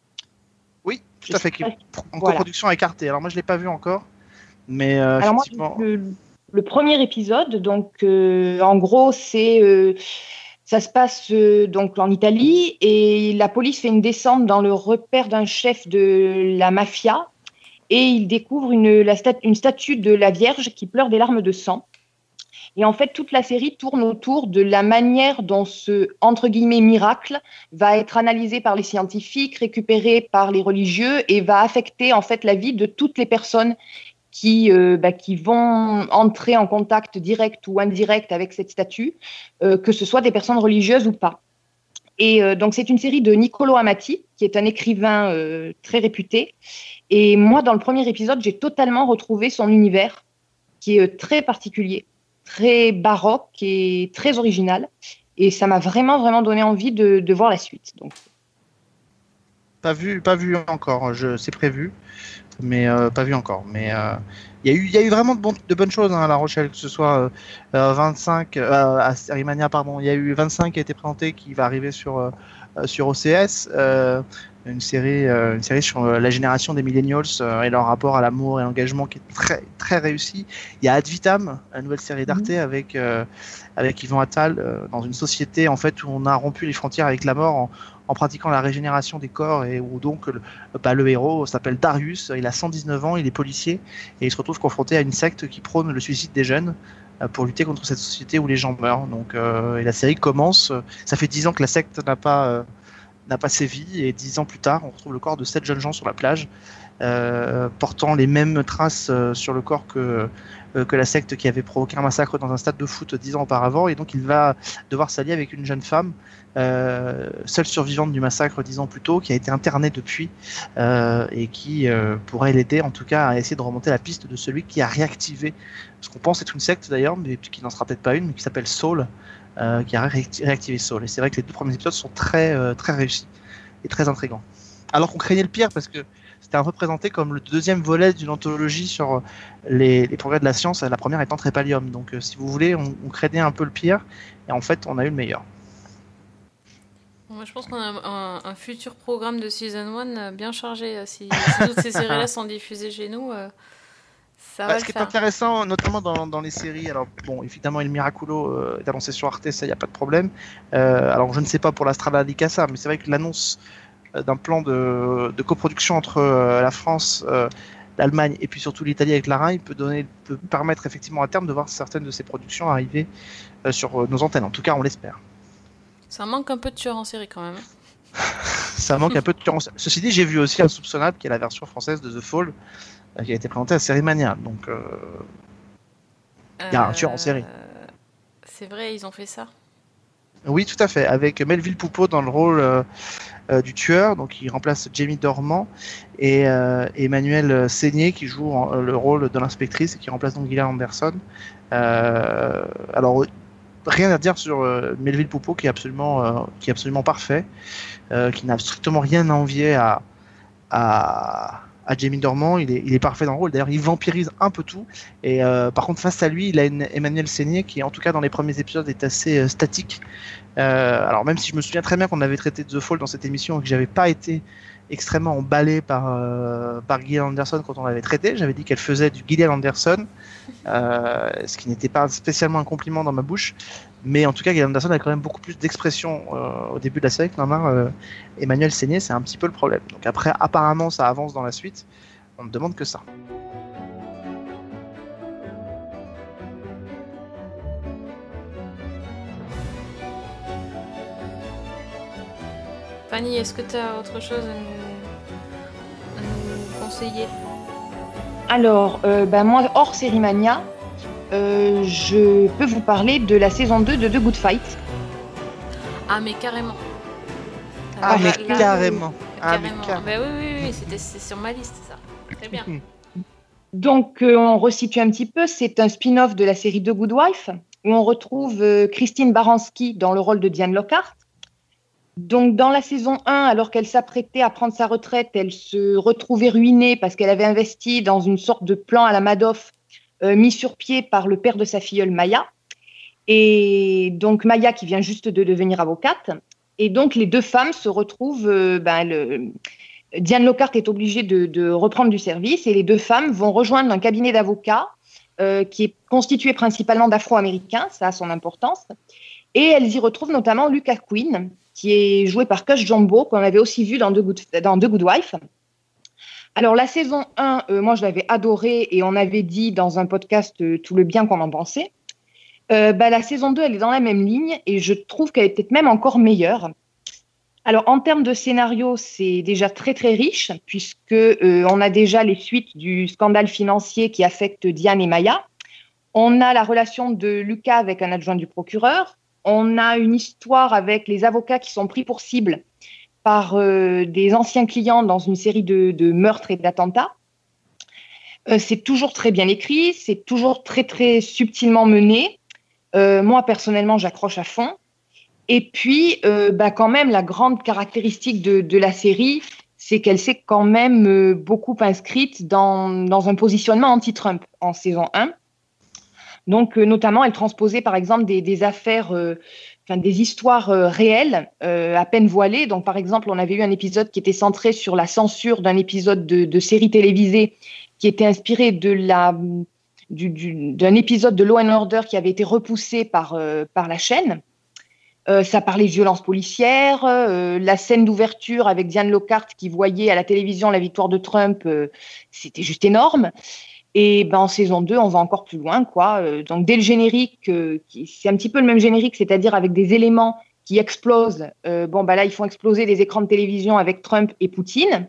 Oui, tout Je à fait. sais Qui pas. est en Voilà. coproduction avec Arte. Alors moi, je l'ai pas vu encore, mais euh, Alors moi, effectivement. le, le premier épisode, donc euh, en gros, c'est euh, ça se passe euh, donc en Italie et la police fait une descente dans le repère d'un chef de la mafia et il découvre une, la stat- une statue de la Vierge qui pleure des larmes de sang. Et en fait, toute la série tourne autour de la manière dont ce, entre guillemets, miracle va être analysé par les scientifiques, récupéré par les religieux et va affecter en fait la vie de toutes les personnes qui, euh, bah, qui vont entrer en contact direct ou indirect avec cette statue, euh, que ce soit des personnes religieuses ou pas. Et euh, donc, c'est une série de Niccolo Amati, qui est un écrivain euh, très réputé. Et moi, dans le premier épisode, j'ai totalement retrouvé son univers, qui est euh, très particulier, très baroque et très original. Et ça m'a vraiment, vraiment donné envie de, de voir la suite. Donc, Pas vu, pas vu encore. Je, c'est prévu, mais euh, pas vu encore. Mais euh, il y a eu, il y a eu vraiment de, bon- de bonnes choses hein, à La Rochelle, que ce soit euh, euh, vingt-cinq euh, à Sérimania, pardon. Il y a eu vingt-cinq qui a été présenté, qui va arriver sur euh, euh, sur O C S, euh, une série, euh, une série sur euh, la génération des millennials euh, et leur rapport à l'amour et l'engagement qui est très très réussi. Il y a Ad Vitam, la nouvelle série d'Arte Mhm. avec euh, avec Yvan Attal euh, dans une société en fait où on a rompu les frontières avec la mort en, en pratiquant la régénération des corps et où donc le, bah, le héros s'appelle Darius, il a cent dix-neuf ans, il est policier et il se retrouve confronté à une secte qui prône le suicide des jeunes euh, pour lutter contre cette société où les gens meurent. Donc, euh, et la série commence, euh, ça fait dix ans que la secte n'a pas, euh, n'a pas sévi et dix ans plus tard, on retrouve le corps de sept jeunes gens sur la plage euh, portant les mêmes traces euh, sur le corps que, euh, que la secte qui avait provoqué un massacre dans un stade de foot dix ans auparavant et donc il va devoir s'allier avec une jeune femme euh, seule survivante du massacre dix ans plus tôt, qui a été internée depuis euh, et qui euh, pourrait l'aider en tout cas à essayer de remonter la piste de celui qui a réactivé ce qu'on pense être une secte d'ailleurs, mais qui n'en sera peut-être pas une, mais qui s'appelle Saul, euh, qui a réacti- réactivé Saul. Et c'est vrai que les deux premiers épisodes sont très, euh, très réussis et très intrigants. Alors qu'on craignait le pire parce que c'était un peu présenté comme le deuxième volet d'une anthologie sur les, les progrès de la science, la première étant Trépalium. Donc euh, si vous voulez, on, on craignait un peu le pire et en fait on a eu le meilleur. Moi, je pense qu'on a un, un futur programme de Season un bien chargé. euh, Si, si toutes ces séries-là sont diffusées chez nous, euh, ça Bah, va ce le qui est faire. intéressant, notamment dans, dans les séries, alors bon, évidemment, Il Miraculo euh, est annoncé sur Arte, ça, il n'y a pas de problème. Euh, alors, je ne sais pas pour la Strada di Casa, mais c'est vrai que l'annonce euh, d'un plan de, de coproduction entre euh, la France, euh, l'Allemagne et puis surtout l'Italie avec la Rai peut, donner, peut permettre effectivement à terme de voir certaines de ces productions arriver euh, sur euh, nos antennes. En tout cas, on l'espère. Ça manque un peu de tueurs en série quand même. Ça manque un peu de tueur. Ceci dit, j'ai vu aussi Insoupçonnable, qui est la version française de The Fall, euh, qui a été présentée à Série Mania. Donc, euh, Il y a un tueur en série. Euh, C'est vrai, ils ont fait ça. oui, tout à fait, avec Melville Poupeau dans le rôle euh, euh, du tueur, donc il remplace Jamie Dormand, et euh, Emmanuel Seigné qui joue en- le rôle de l'inspectrice et qui remplace donc Gillian Anderson. Euh, alors, rien à dire sur euh, Melville Poupeau qui est absolument, euh, qui est absolument parfait, euh, qui n'a strictement rien à envier à, à, à Jamie Dormand. Il est, il est parfait dans le rôle. D'ailleurs, il vampirise un peu tout. Et euh, par contre, face à lui, il a une Emmanuel Seigné qui, en tout cas dans les premiers épisodes, est assez euh, statique Euh, alors même si je me souviens très bien qu'on avait traité de The Fall dans cette émission et que j'avais pas été extrêmement emballé par, euh, par Gillian Anderson quand on l'avait traité, j'avais dit qu'elle faisait du Gillian Anderson, euh, ce qui n'était pas spécialement un compliment dans ma bouche, mais en tout cas Gillian Anderson a quand même beaucoup plus d'expression euh, au début de la série que normalement euh, Emmanuel Seigné, c'est un petit peu le problème. Donc après apparemment ça avance dans la suite, on ne demande que ça. Fanny, est-ce que tu as autre chose à nous, à nous conseiller? Alors, euh, ben moi, hors Série Mania, euh, je peux vous parler de la saison deux de The Good Fight. Ah, mais carrément. Ah, Là, mais là, carrément. Ah, mais carrément. carrément. Bah oui, oui, oui, c'était, c'est sur ma liste, ça. Très bien. Donc, euh, on resitue un petit peu. C'est un spin-off de la série The Good Wife, où on retrouve euh, Christine Baranski dans le rôle de Diane Lockhart. Donc, dans la saison un, alors qu'elle s'apprêtait à prendre sa retraite, elle se retrouvait ruinée parce qu'elle avait investi dans une sorte de plan à la Madoff euh, mis sur pied par le père de sa filleule, Maya. Et donc, Maya qui vient juste de devenir avocate. Et donc, les deux femmes se retrouvent... Euh, ben, le... Diane Lockhart est obligée de, de reprendre du service et les deux femmes vont rejoindre un cabinet d'avocats euh, qui est constitué principalement d'Afro-Américains, ça a son importance. Et elles y retrouvent notamment Lucas Quinn, qui est joué par Cush Jumbo, qu'on avait aussi vu dans The Good, dans The Good Wife. Alors, la saison un, euh, moi, je l'avais adorée et on avait dit dans un podcast euh, tout le bien qu'on en pensait. Euh, bah, la saison deux, elle est dans la même ligne et je trouve qu'elle est peut-être même encore meilleure. Alors, en termes de scénario, c'est déjà très, très riche puisque euh, on a déjà les suites du scandale financier qui affecte Diane et Maya. On a la relation de Lucas avec un adjoint du procureur. On a une histoire avec les avocats qui sont pris pour cible par euh, des anciens clients dans une série de, de meurtres et d'attentats. Euh, c'est toujours très bien écrit, c'est toujours très, très subtilement mené. Euh, moi, personnellement, j'accroche à fond. Et puis, euh, bah, quand même, la grande caractéristique de, de la série, c'est qu'elle s'est quand même euh, beaucoup inscrite dans, dans un positionnement anti-Trump en saison un. Donc, euh, notamment, elle transposait, par exemple, des, des affaires, euh, enfin, des histoires euh, réelles, euh, à peine voilées. Donc, par exemple, on avait eu un épisode qui était centré sur la censure d'un épisode de, de série télévisée qui était inspiré de la, du, du, d'un épisode de Law and Order qui avait été repoussé par, euh, par la chaîne. Euh, ça parlait de violences policières, euh, la scène d'ouverture avec Diane Lockhart qui voyait à la télévision la victoire de Trump, euh, c'était juste énorme. Et ben, en saison deux, on va encore plus loin, quoi. Euh, donc, dès le générique, euh, qui, c'est un petit peu le même générique, c'est-à-dire avec des éléments qui explosent. Euh, bon, ben là, ils font exploser des écrans de télévision avec Trump et Poutine.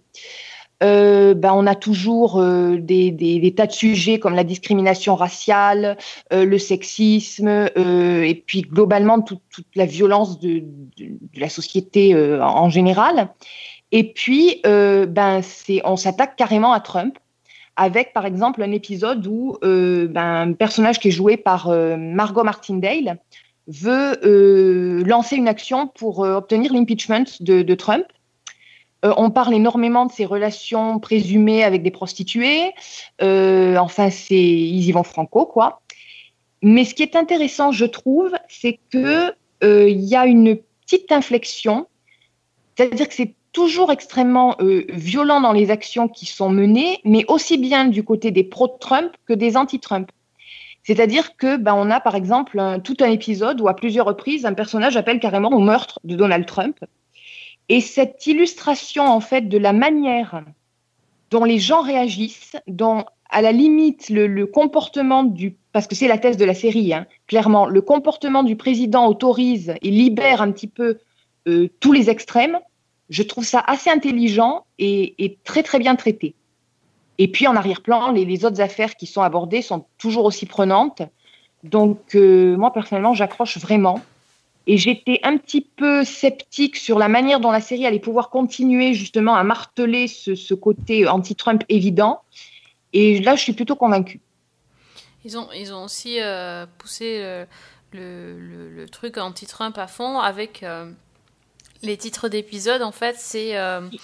Euh, ben, on a toujours euh, des, des, des tas de sujets comme la discrimination raciale, euh, le sexisme, euh, et puis globalement tout, toute la violence de, de, de la société euh, en général. Et puis, euh, ben, c'est, on s'attaque carrément à Trump, avec par exemple un épisode où euh, ben, un personnage qui est joué par euh, Margot Martindale veut euh, lancer une action pour euh, obtenir l'impeachment de, de Trump. Euh, on parle énormément de ses relations présumées avec des prostituées. Euh, enfin, c'est, ils y vont franco, quoi. Mais ce qui est intéressant, je trouve, c'est qu'il euh, y a une petite inflexion. C'est-à-dire que c'est toujours extrêmement euh, violent dans les actions qui sont menées, mais aussi bien du côté des pro-Trump que des anti-Trump. C'est-à-dire que ben, on a, par exemple, un, tout un épisode où, à plusieurs reprises, un personnage appelle carrément au meurtre de Donald Trump. Et cette illustration, en fait, de la manière dont les gens réagissent, dont, à la limite, le, le comportement du... Parce que c'est la thèse de la série, hein, clairement. Le comportement du président autorise et libère un petit peu euh, tous les extrêmes. Je trouve ça assez intelligent et, et très, très bien traité. Et puis, en arrière-plan, les, les autres affaires qui sont abordées sont toujours aussi prenantes. Donc, euh, moi, personnellement, j'accroche vraiment. Et j'étais un petit peu sceptique sur la manière dont la série allait pouvoir continuer justement à marteler ce, ce côté anti-Trump évident. Et là, je suis plutôt convaincue. Ils ont, ils ont aussi euh, poussé euh, le, le, le truc anti-Trump à fond avec euh, les titres d'épisodes. En fait, c'est euh,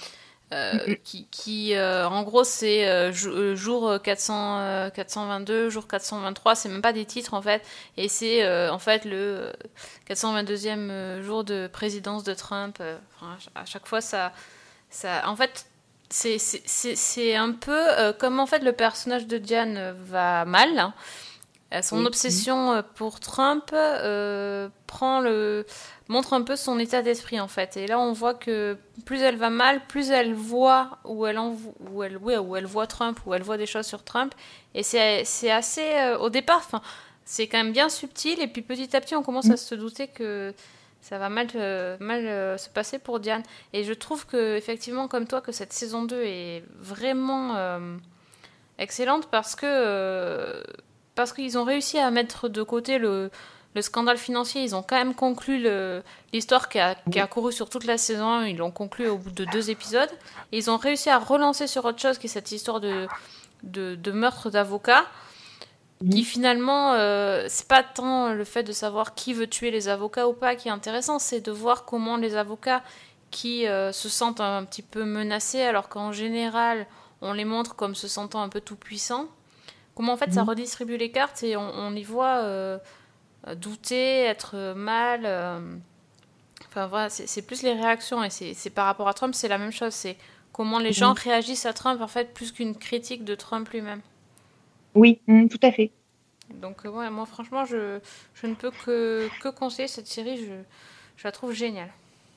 Euh, qui, qui euh, en gros c'est euh, jour quatre cents, euh, quatre cent vingt-deux, jour quatre cent vingt-trois, c'est même pas des titres en fait, et c'est euh, en fait le quatre cent vingt-deuxième jour de présidence de Trump. Euh, enfin, à chaque fois ça, ça en fait c'est, c'est, c'est, c'est un peu euh, comme en fait le personnage de Diane va mal, hein. Son oui. obsession pour Trump euh, prend le montre un peu son état d'esprit en fait. Et là, on voit que plus elle va mal, plus elle voit où elle en, où elle oui, où elle voit Trump, où elle voit des choses sur Trump. Et c'est c'est assez euh, au départ, enfin, c'est quand même bien subtil. Et puis petit à petit, on commence à se douter que ça va mal euh, mal euh, se passer pour Diane. Et je trouve que effectivement, comme toi, que cette saison deux est vraiment euh, excellente parce que euh, parce qu'ils ont réussi à mettre de côté le, le scandale financier. Ils ont quand même conclu le, l'histoire qui a, qui a couru sur toute la saison un. Ils l'ont conclu au bout de deux épisodes. Et ils ont réussi à relancer sur autre chose, qui est cette histoire de, de, de meurtre d'avocats, mmh. qui finalement, euh, c'est pas tant le fait de savoir qui veut tuer les avocats ou pas qui est intéressant, c'est de voir comment les avocats qui euh, se sentent un, un petit peu menacés, alors qu'en général, on les montre comme se sentant un peu tout-puissants. Comment en fait ça redistribue les cartes et on, on y voit euh, douter, être mal. Euh... Enfin voilà, c'est, c'est plus les réactions et c'est, c'est par rapport à Trump, c'est la même chose. C'est comment les gens mmh. réagissent à Trump en fait plus qu'une critique de Trump lui-même. Oui, mmh, tout à fait. Donc euh, ouais, moi franchement, je, je ne peux que, que conseiller cette série. Je, je la trouve géniale.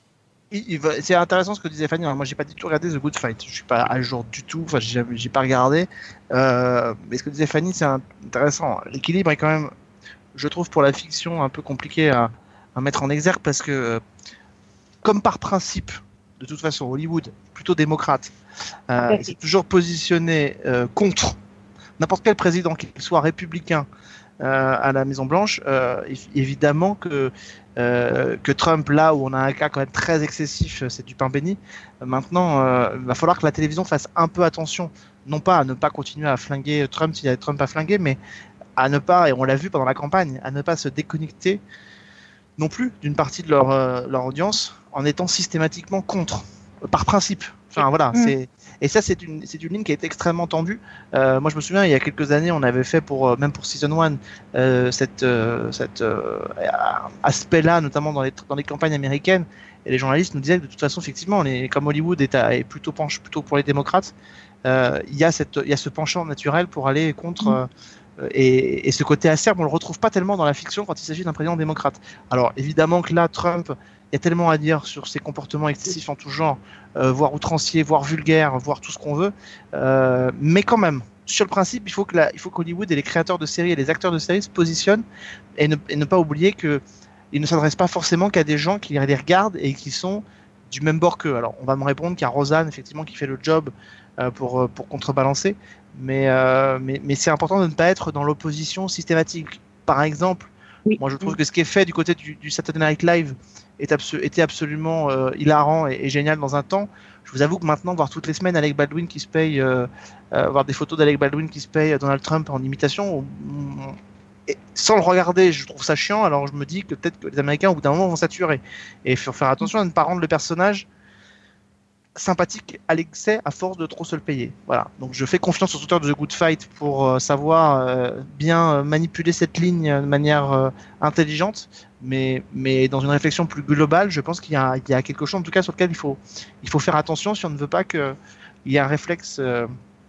Il va, c'est intéressant ce que disait Fanny. Alors, moi, j'ai pas du tout regardé The Good Fight. Je suis pas à jour du tout. Enfin, j'ai, j'ai pas regardé. Euh, mais ce que disait Fanny, c'est intéressant. L'équilibre est quand même, je trouve, pour la fiction, un peu compliqué à, à mettre en exergue parce que, comme par principe, de toute façon, Hollywood, plutôt démocrate, euh, il s'est toujours positionné euh, contre n'importe quel président, qu'il soit républicain euh, à la Maison Blanche. Euh, évidemment que Euh, que Trump, là où on a un cas quand même très excessif, c'est du pain béni. Euh, maintenant, euh, il va falloir que la télévision fasse un peu attention, non pas à ne pas continuer à flinguer Trump s'il y a Trump à flinguer, mais à ne pas, et on l'a vu pendant la campagne, à ne pas se déconnecter non plus d'une partie de leur, euh, leur audience en étant systématiquement contre, euh, par principe. Enfin voilà, mmh. c'est et ça c'est une c'est une ligne qui est extrêmement tendue. Euh, moi je me souviens il y a quelques années on avait fait pour euh, même pour season one euh, cette euh, cette euh, aspect-là notamment dans les dans les campagnes américaines et les journalistes nous disaient que de toute façon effectivement on est, comme Hollywood est, à, est plutôt penche plutôt pour les démocrates, euh, il y a cette il y a ce penchant naturel pour aller contre mmh. euh, et, et ce côté acerbe on le retrouve pas tellement dans la fiction quand il s'agit d'un président démocrate. Alors évidemment que là Trump il y a tellement à dire sur ses comportements excessifs en tout genre, euh, voire outranciers, voire vulgaires, voire tout ce qu'on veut. Euh, mais quand même, sur le principe, il faut que la, il faut qu'Hollywood et les créateurs de séries et les acteurs de séries se positionnent et ne, et ne pas oublier que ils ne s'adressent pas forcément qu'à des gens qui les regardent et qui sont du même bord qu'eux. Alors, on va me répondre qu'il y a Roseanne, effectivement, qui fait le job euh, pour, pour contrebalancer, mais, euh, mais, mais c'est important de ne pas être dans l'opposition systématique. Par exemple, oui. moi je trouve que ce qui est fait du côté du, du Saturday Night Live est abso- était absolument euh, hilarant et, et génial dans un temps. Je vous avoue que maintenant, voir toutes les semaines Alec Baldwin qui se paye, euh, euh, voir des photos d'Alec Baldwin qui se paye Donald Trump en imitation, on, et sans le regarder, je trouve ça chiant. Alors je me dis que peut-être que les Américains au bout d'un moment vont saturer. Et il faut faire attention à ne pas rendre le personnage sympathique à l'excès à force de trop se le payer. Voilà. Donc je fais confiance aux auteurs de The Good Fight pour euh, savoir euh, bien euh, manipuler cette ligne de manière euh, intelligente, mais, mais dans une réflexion plus globale, je pense qu'il y a, il y a quelque chose en tout cas sur lequel il faut, il faut faire attention si on ne veut pas qu'il y ait un réflexe euh,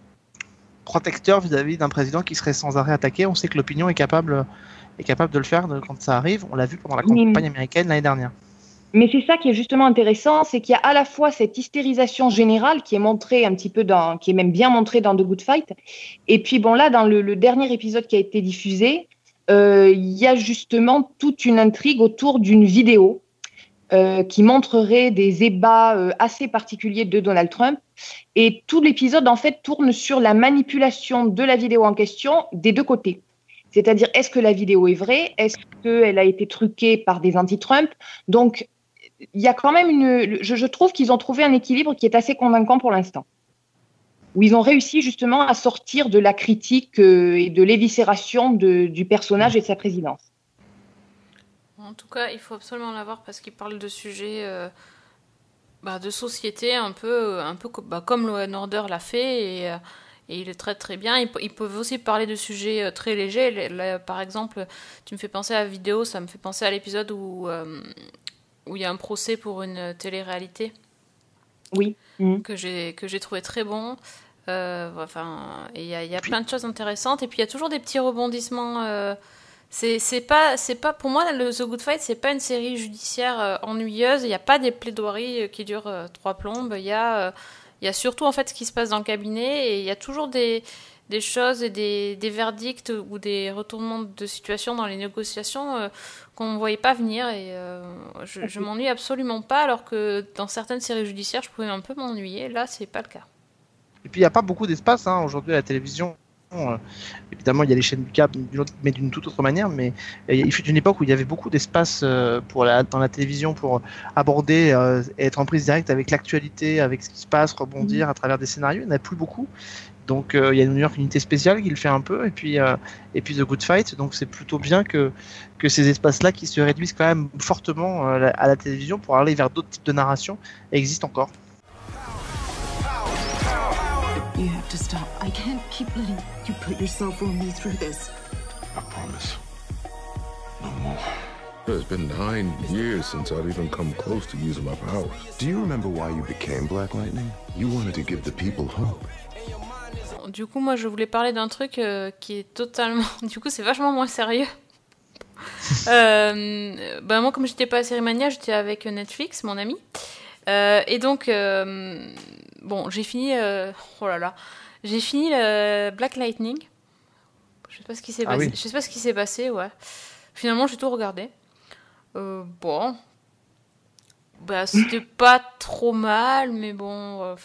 protecteur vis-à-vis d'un président qui serait sans arrêt attaqué. On sait que l'opinion est capable, est capable de le faire de, quand ça arrive. On l'a vu pendant la campagne américaine l'année dernière. Mais c'est ça qui est justement intéressant, c'est qu'il y a à la fois cette hystérisation générale qui est montrée un petit peu dans, qui est même bien montrée dans The Good Fight, et puis bon là dans le, le dernier épisode qui a été diffusé, euh, il y a justement toute une intrigue autour d'une vidéo euh, qui montrerait des ébats euh, assez particuliers de Donald Trump, et tout l'épisode en fait tourne sur la manipulation de la vidéo en question des deux côtés. C'est-à-dire, est-ce que la vidéo est vraie? Est-ce qu'elle a été truquée par des anti-Trump? Donc il y a quand même une. Je, je trouve qu'ils ont trouvé un équilibre qui est assez convaincant pour l'instant. Où ils ont réussi justement à sortir de la critique euh, et de l'éviscération de, du personnage et de sa présidence. En tout cas, il faut absolument l'avoir parce qu'il parle de sujets euh, bah, de société, un peu, un peu bah, comme Law and Order l'a fait, et, euh, et il le traite très bien. Ils, ils peuvent aussi parler de sujets euh, très légers. Là, par exemple, tu me fais penser à la vidéo, ça me fait penser à l'épisode où euh, où il y a un procès pour une télé-réalité. Oui. Mmh. Que j'ai, que j'ai trouvé très bon. Euh, enfin, il y a, y a plein de choses intéressantes. Et puis, il y a toujours des petits rebondissements. Euh, c'est, c'est, pas, c'est pas, pour moi, le The Good Fight, c'est pas une série judiciaire euh, ennuyeuse. Il n'y a pas des plaidoiries qui durent euh, trois plombes. Il y, euh, y a surtout, en fait, ce qui se passe dans le cabinet. Et il y a toujours des, des choses et des, des verdicts ou des retournements de situation dans les négociations euh, qu'on ne voyait pas venir. Et euh, je, je m'ennuie absolument pas, alors que dans certaines séries judiciaires, je pouvais un peu m'ennuyer. Là, c'est pas le cas. Et puis il n'y a pas beaucoup d'espace hein, aujourd'hui à la télévision. Euh, évidemment, il y a les chaînes du câble, mais d'une toute autre manière. Mais il fut une époque où il y avait beaucoup d'espace euh, pour la, dans la télévision pour aborder euh, et être en prise directe avec l'actualité, avec ce qui se passe, rebondir mmh. à travers des scénarios. Il n'y en a plus beaucoup. Donc euh, il y a une New York Unité spéciale qui le fait un peu, et puis, euh, et puis The Good Fight. Donc c'est plutôt bien que, que ces espaces-là qui se réduisent quand même fortement euh, à la télévision pour aller vers d'autres types de narration existent encore. You have to stop. I can't keep letting you put yourself or me through this. I promise. No more. It's been nine years since I've even come close to using my powers. Do you remember why you became Black Lightning? You wanted to give the people hope. Du coup, moi, je voulais parler d'un truc euh, qui est totalement... Du coup, c'est vachement moins sérieux. euh, bah, moi, comme j'étais pas à Série Mania, j'étais avec Netflix, mon ami. Euh, et donc... Euh... Bon, j'ai fini... Euh... Oh là là. J'ai fini le Black Lightning. Je sais pas ce qui s'est ah passé. Oui. Je sais pas ce qui s'est passé, ouais. Finalement, j'ai tout regardé. Euh, bon. Bah, c'était pas trop mal, mais bon... Euh...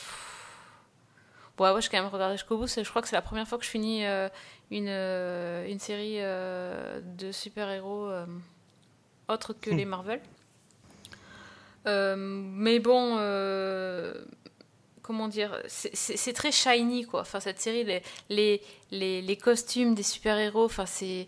Ouais, ouais, j'ai quand même regardé jusqu'au bout. C'est, je crois que c'est la première fois que je finis euh, une, euh, une série euh, de super-héros euh, autre que mmh. les Marvel. Euh, mais bon... Euh... Comment dire, c'est, c'est, c'est très shiny quoi. Enfin cette série, les les les, les costumes des super héros, enfin c'est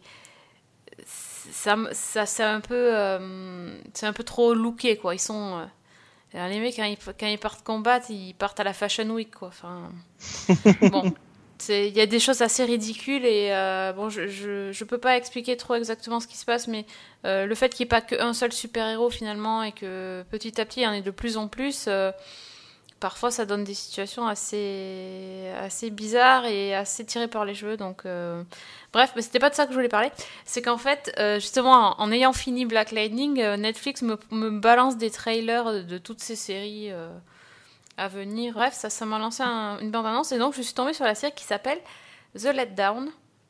ça ça c'est un peu euh, c'est un peu trop looké quoi. Ils sont euh, les mecs quand ils quand ils partent combattre, ils partent à la Fashion Week quoi. Enfin bon, c'est il y a des choses assez ridicules et euh, bon je je je peux pas expliquer trop exactement ce qui se passe, mais euh, le fait qu'il n'y ait pas qu'un seul super héros finalement et que petit à petit il y en ait de plus en plus. Euh, Parfois, ça donne des situations assez, assez bizarres et assez tirées par les cheveux. Donc, euh... bref, mais c'était pas de ça que je voulais parler. C'est qu'en fait, euh, justement, en, en ayant fini Black Lightning, euh, Netflix me, me balance des trailers de, de toutes ces séries euh, à venir. Bref, ça, ça m'a lancé un, une bande-annonce. Et donc, je suis tombée sur la série qui s'appelle The Letdown.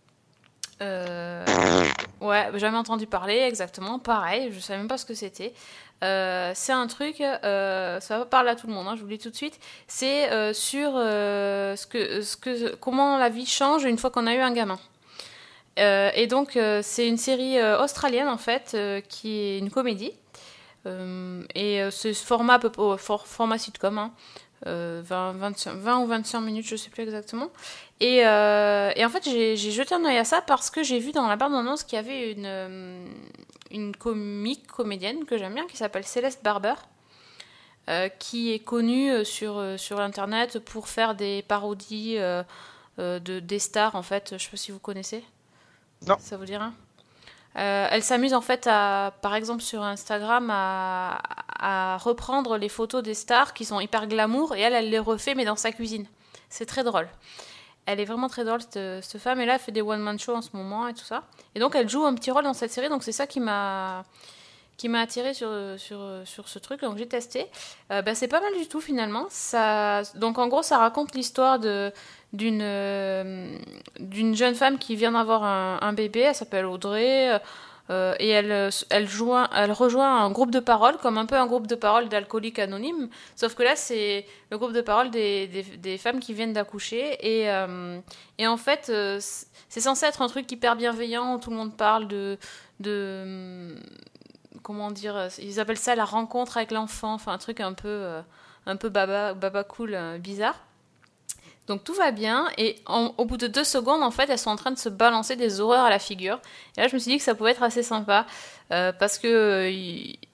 Euh... Ouais, jamais entendu parler, exactement. Pareil, je savais même pas ce que c'était. Euh, c'est un truc, euh, ça va parler à tout le monde, hein, je vous le dis tout de suite. C'est euh, sur euh, ce que, ce que, comment la vie change une fois qu'on a eu un gamin. Euh, et donc, euh, c'est une série euh, australienne en fait, euh, qui est une comédie. Euh, et euh, c'est ce format, peu, oh, for, format sitcom, hein, euh, vingt, vingt, vingt ou vingt-cinq minutes, je sais plus exactement. Et, euh, et en fait, j'ai, j'ai jeté un œil à ça parce que j'ai vu dans la bande-annonce qu'il y avait une. Euh, une comique comédienne que j'aime bien qui s'appelle Céleste Barber euh, qui est connue sur, euh, sur l'internet pour faire des parodies euh, euh, de, des stars en fait. Je sais pas si vous connaissez. Non. Ça vous dit rien? euh, Elle s'amuse en fait à, par exemple sur Instagram à, à reprendre les photos des stars qui sont hyper glamour et elle, elle les refait mais dans sa cuisine. C'est très drôle. Elle est vraiment très drôle, cette, cette femme. Et là, elle fait des one-man shows en ce moment et tout ça. Et donc, elle joue un petit rôle dans cette série. Donc, c'est ça qui m'a, qui m'a attirée sur, sur, sur ce truc. Donc, j'ai testé. Euh, bah, c'est pas mal du tout, finalement. Ça... Donc, en gros, ça raconte l'histoire de, d'une, euh, d'une jeune femme qui vient d'avoir un, un bébé. Elle s'appelle Audrey. Euh, et elle, elle, joint, elle rejoint un groupe de parole, comme un peu un groupe de parole d'alcooliques anonymes, sauf que là, c'est le groupe de parole des, des, des femmes qui viennent d'accoucher. Et, euh, et en fait, euh, c'est censé être un truc hyper bienveillant, où tout le monde parle de... de comment dire, ils appellent ça la rencontre avec l'enfant, enfin un truc un peu, euh, un peu baba, baba cool, euh, bizarre. Donc tout va bien, et en, au bout de deux secondes, en fait, elles sont en train de se balancer des horreurs à la figure. Et là, je me suis dit que ça pouvait être assez sympa, euh, parce que... Euh, y...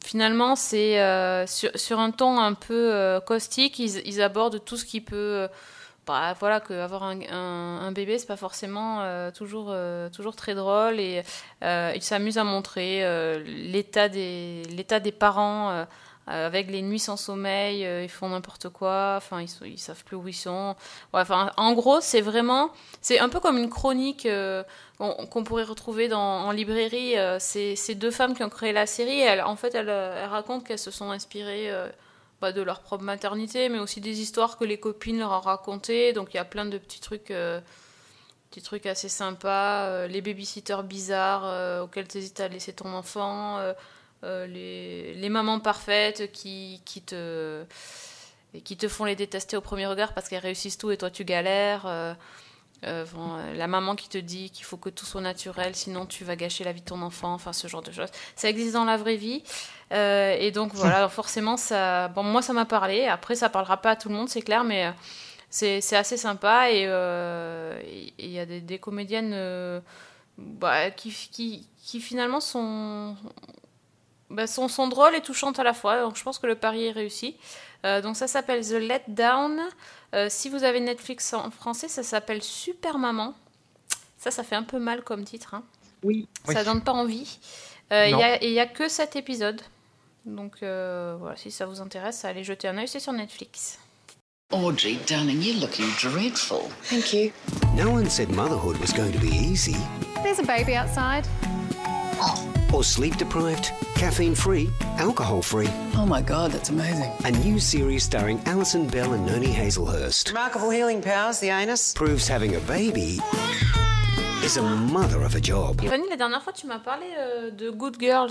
finalement, c'est euh, sur, sur un ton un peu euh, caustique, ils, ils abordent tout ce qui peut... Euh, bah, voilà, qu'avoir un, un, un bébé, c'est pas forcément euh, toujours, euh, toujours très drôle. Et euh, ils s'amusent à montrer euh, l'état, des, l'état des parents euh, avec les nuits sans sommeil. Euh, ils font n'importe quoi, enfin, ils, ils savent plus où ils sont. Ouais, enfin, en gros, c'est vraiment... C'est un peu comme une chronique... Euh, qu'on pourrait retrouver dans, en librairie. Euh, c'est, c'est deux femmes qui ont créé la série. Elles, en fait, elles, elles racontent qu'elles se sont inspirées euh, bah, de leur propre maternité, mais aussi des histoires que les copines leur ont racontées. Donc, il y a plein de petits trucs, euh, petits trucs assez sympas. Euh, les babysitters bizarres euh, auxquels tu hésites à laisser ton enfant. Euh, euh, les, les mamans parfaites qui, qui, te, qui te font les détester au premier regard parce qu'elles réussissent tout et toi, tu galères. Euh, Euh, bon, la maman qui te dit qu'il faut que tout soit naturel, sinon tu vas gâcher la vie de ton enfant, enfin ce genre de choses. Ça existe dans la vraie vie. Euh, et donc voilà, forcément, ça, bon, moi ça m'a parlé. Après, ça parlera pas à tout le monde, c'est clair, mais c'est, c'est assez sympa. Et il euh, y, y a des, des comédiennes euh, bah, qui, qui, qui finalement sont, bah, sont, sont drôles et touchantes à la fois. Donc je pense que le pari est réussi. Euh, donc ça s'appelle The Let Down. Euh, si vous avez Netflix en français, ça s'appelle Super Maman. Ça, ça fait un peu mal comme titre. Hein. Oui. Ça Oui. donne pas envie. Euh, et il n'y a, a que sept épisodes. Donc euh, voilà, si ça vous intéresse, allez jeter un œil, c'est sur Netflix. Audrey, darling, you're looking dreadful. Thank you. No one said motherhood was going to be easy. There's a baby outside. Oh. Or sleep-deprived, caffeine-free, alcohol-free. Oh my God, that's amazing. A new series starring Alison Bell and Noni Hazelhurst Remarkable healing powers, the anus. proves having a baby is a mother of a job. Fanny, la dernière fois, tu m'as parlé euh, de Good Girls.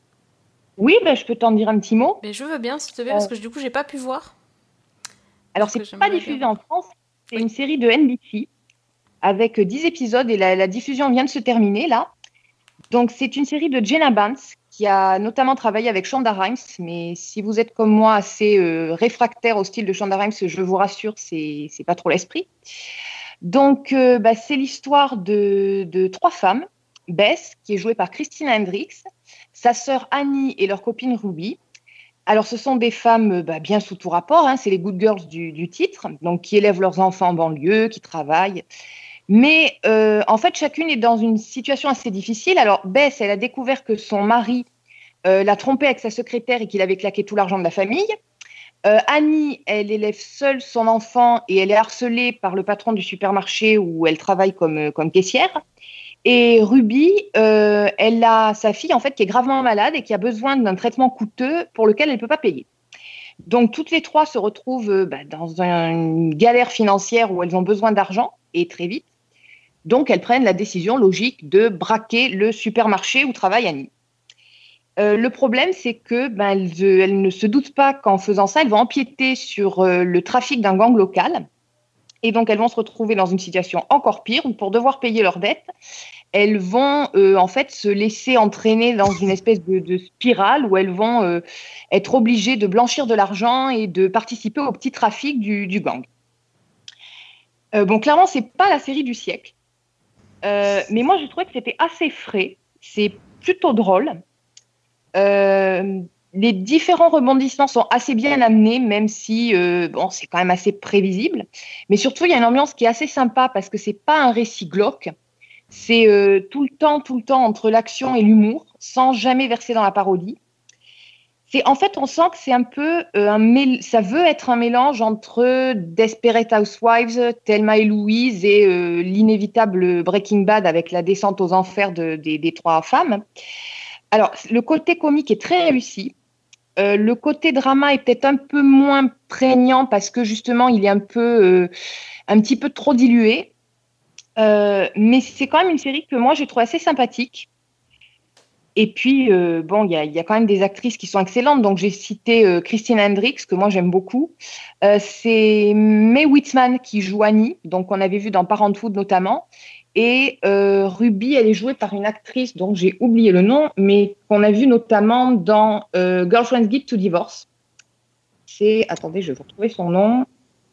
Oui, ben, je peux t'en dire un petit mot. Mais je veux bien, s'il te plaît, parce que du coup, j'ai pas pu voir. Alors, Parce c'est que pas j'aimerais diffusé bien. en France. C'est Oui. une série de N B C avec dix épisodes et la, la diffusion vient de se terminer là. Donc, c'est une série de Jenna Bans qui a notamment travaillé avec Shonda Rhimes. Mais si vous êtes comme moi assez euh, réfractaire au style de Shonda Rhimes, je vous rassure, c'est, c'est pas trop l'esprit. Donc, euh, bah, c'est l'histoire de, de trois femmes. Bess, qui est jouée par Christina Hendricks, sa sœur Annie et leur copine Ruby. Alors, ce sont des femmes bah, bien sous tout rapport, hein, c'est les good girls du, du titre, donc qui élèvent leurs enfants en banlieue, qui travaillent. Mais euh, en fait, chacune est dans une situation assez difficile. Alors, Bess, elle a découvert que son mari euh, l'a trompée avec sa secrétaire et qu'il avait claqué tout l'argent de la famille. Euh, Annie, elle élève seule son enfant et elle est harcelée par le patron du supermarché où elle travaille comme, comme caissière. Et Ruby, euh, elle a sa fille en fait qui est gravement malade et qui a besoin d'un traitement coûteux pour lequel elle ne peut pas payer. Donc toutes les trois se retrouvent euh, bah, dans un- une galère financière où elles ont besoin d'argent et très vite. Donc elles prennent la décision logique de braquer le supermarché où travaille Annie. Euh, le problème, c'est que ben, elles, euh, elles ne se doutent pas qu'en faisant ça, elles vont empiéter sur euh, le trafic d'un gang local. Et donc, elles vont se retrouver dans une situation encore pire où, pour devoir payer leurs dettes, elles vont euh, en fait se laisser entraîner dans une espèce de, de spirale où elles vont euh, être obligées de blanchir de l'argent et de participer au petit trafic du, du gang. Euh, bon, clairement, c'est pas la série du siècle. Euh, mais moi, je trouvais que c'était assez frais. C'est plutôt drôle. Euh, les différents rebondissements sont assez bien amenés, même si euh, bon, c'est quand même assez prévisible. Mais surtout, il y a une ambiance qui est assez sympa parce que c'est pas un récit glauque. C'est euh, tout le temps, tout le temps entre l'action et l'humour, sans jamais verser dans la parodie. C'est, en fait, on sent que c'est un peu euh, un mél- ça veut être un mélange entre Desperate Housewives, Thelma et Louise et euh, l'inévitable Breaking Bad avec la descente aux enfers de- des- des trois femmes. Alors, le côté comique est très réussi. Euh, le côté drama est peut-être un peu moins prégnant parce que justement, il est un peu, euh, un petit peu trop dilué. Euh, mais c'est quand même une série que moi, j'ai trouvé assez sympathique. Et puis, euh, bon, il y a, il y a quand même des actrices qui sont excellentes. Donc, j'ai cité euh, Christine Hendricks, que moi, j'aime beaucoup. Euh, c'est Mae Whitman qui joue Annie, donc on avait vu dans Parenthood notamment. Et euh, Ruby, elle est jouée par une actrice dont j'ai oublié le nom, mais qu'on a vu notamment dans euh, Girlfriend's Guide to Divorce. C'est, attendez, je vais vous retrouver son nom.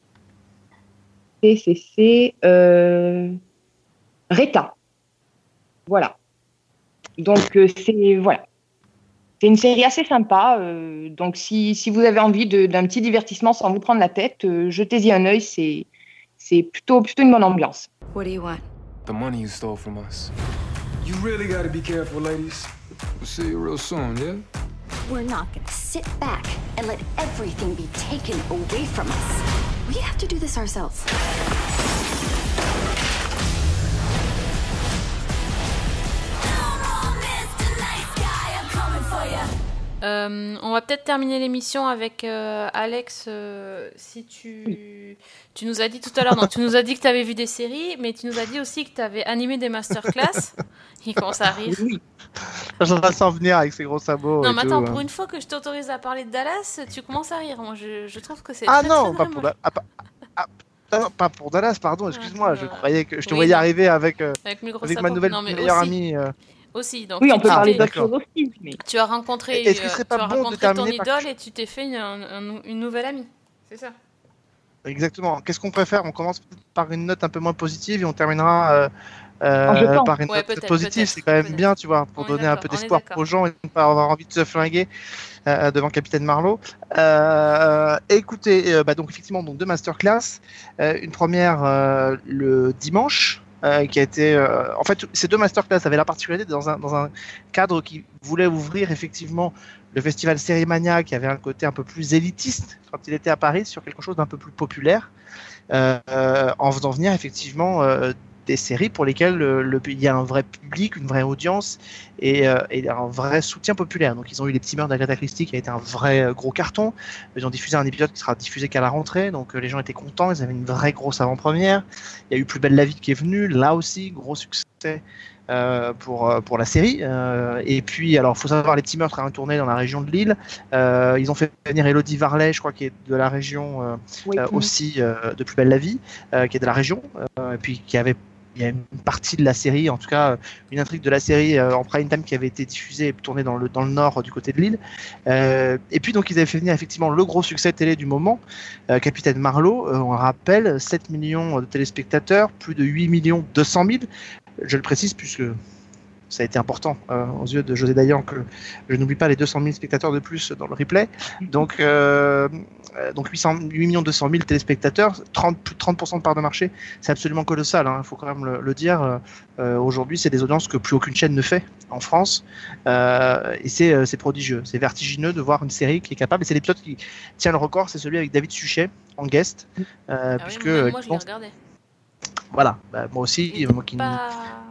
C'est, c'est, c'est euh, Rita. Voilà. Donc, euh, c'est, voilà. c'est une série assez sympa. Euh, donc, si, si vous avez envie de, d'un petit divertissement sans vous prendre la tête, euh, jetez-y un œil. C'est, c'est plutôt, plutôt une bonne ambiance. What do you want? The money you stole from us. You really gotta be careful, ladies. We'll see you real soon, yeah? We're not gonna sit back and let everything be taken away from us. We have to do this ourselves. Euh, on va peut-être terminer l'émission avec euh, Alex. Euh, si tu, tu nous as dit tout à l'heure, non, tu nous as dit que tu avais vu des séries, mais tu nous as dit aussi que tu avais animé des masterclass. Il commence à rire. Oui. Je la sens venir avec ses gros sabots. Non, mais attends, tout, pour hein. une fois que je t'autorise à parler de Dallas, tu commences à rire. Moi, je, je trouve que c'est. Ah très, non, très pas pour, da- ah, pas, ah, ah, non, pas pour Dallas, pardon, excuse-moi. Ah, je euh, croyais que je te oui, voyais non. arriver avec, euh, Avec, mes gros avec ma sabots. nouvelle Non, mais meilleure aussi. amie. Euh... Aussi, donc Oui, on peut tu parler t'es- d'autres choses aussi. Mais... Tu as rencontré, Est-ce que euh, ce serait tu pas as bon de rencontré ton terminer par- idole et tu t'es fait une, un- un- une nouvelle amie. C'est ça. Exactement. Qu'est-ce qu'on préfère? On commence par une note un peu moins positive et on terminera euh, euh, En jetant. par une Ouais, note peut-être, positive. peut-être, C'est quand même peut-être. bien, tu vois, pour On est donner un d'accord, peu on est d'espoir d'accord. aux gens et ne pas avoir envie de se flinguer euh, devant Capitaine Marlowe. Euh, écoutez, euh, bah, donc effectivement, donc deux masterclass. Euh, une première euh, le dimanche. Euh, qui a été, euh, en fait, ces deux masterclass avaient la particularité dans un, dans un cadre qui voulait ouvrir effectivement le festival Sérimania, qui avait un côté un peu plus élitiste quand il était à Paris, sur quelque chose d'un peu plus populaire, euh, euh, en faisant venir effectivement euh, des séries pour lesquelles le, le, il y a un vrai public, une vraie audience et, euh, et un vrai soutien populaire. Donc ils ont eu Les Petits Mœurs d'Agatha Christie qui a été un vrai euh, gros carton. Ils ont diffusé un épisode qui sera diffusé qu'à la rentrée, donc euh, les gens étaient contents, ils avaient une vraie grosse avant-première. Il y a eu Plus belle la vie qui est venue, là aussi gros succès euh, pour euh, pour la série. Euh, et puis alors faut savoir, Les Petits Meurtres a tourné dans la région de Lille. Euh, ils ont fait venir Élodie Varlet, je crois, qui est de la région euh, Oui. euh, aussi euh, de Plus belle la vie, euh, qui est de la région, euh, et puis qui avait il y a une partie de la série, en tout cas une intrigue de la série euh, en prime time qui avait été diffusée et tournée dans le, dans le nord euh, du côté de Lille. Euh, et puis donc ils avaient fait venir effectivement le gros succès télé du moment, euh, Capitaine Marlowe, euh, on rappelle, sept millions de téléspectateurs, plus de huit millions deux cent mille, je le précise puisque ça a été important euh, aux yeux de José Dayan que je n'oublie pas les deux cent mille spectateurs de plus dans le replay. Donc, euh, donc huit cents, huit millions deux cent mille téléspectateurs, trente, plus de trente pour cent de part de marché, c'est absolument colossal, il hein, faut quand même le, le dire. Euh, aujourd'hui, c'est des audiences que plus aucune chaîne ne fait en France. Euh, et c'est, euh, c'est prodigieux, c'est vertigineux de voir une série qui est capable. Et c'est l'épisode qui tient le record, c'est celui avec David Suchet en guest. Euh, Ah puisque, oui, même moi, euh, je l'ai regardé. Voilà, bah, moi aussi. Il Moi était qui... pas...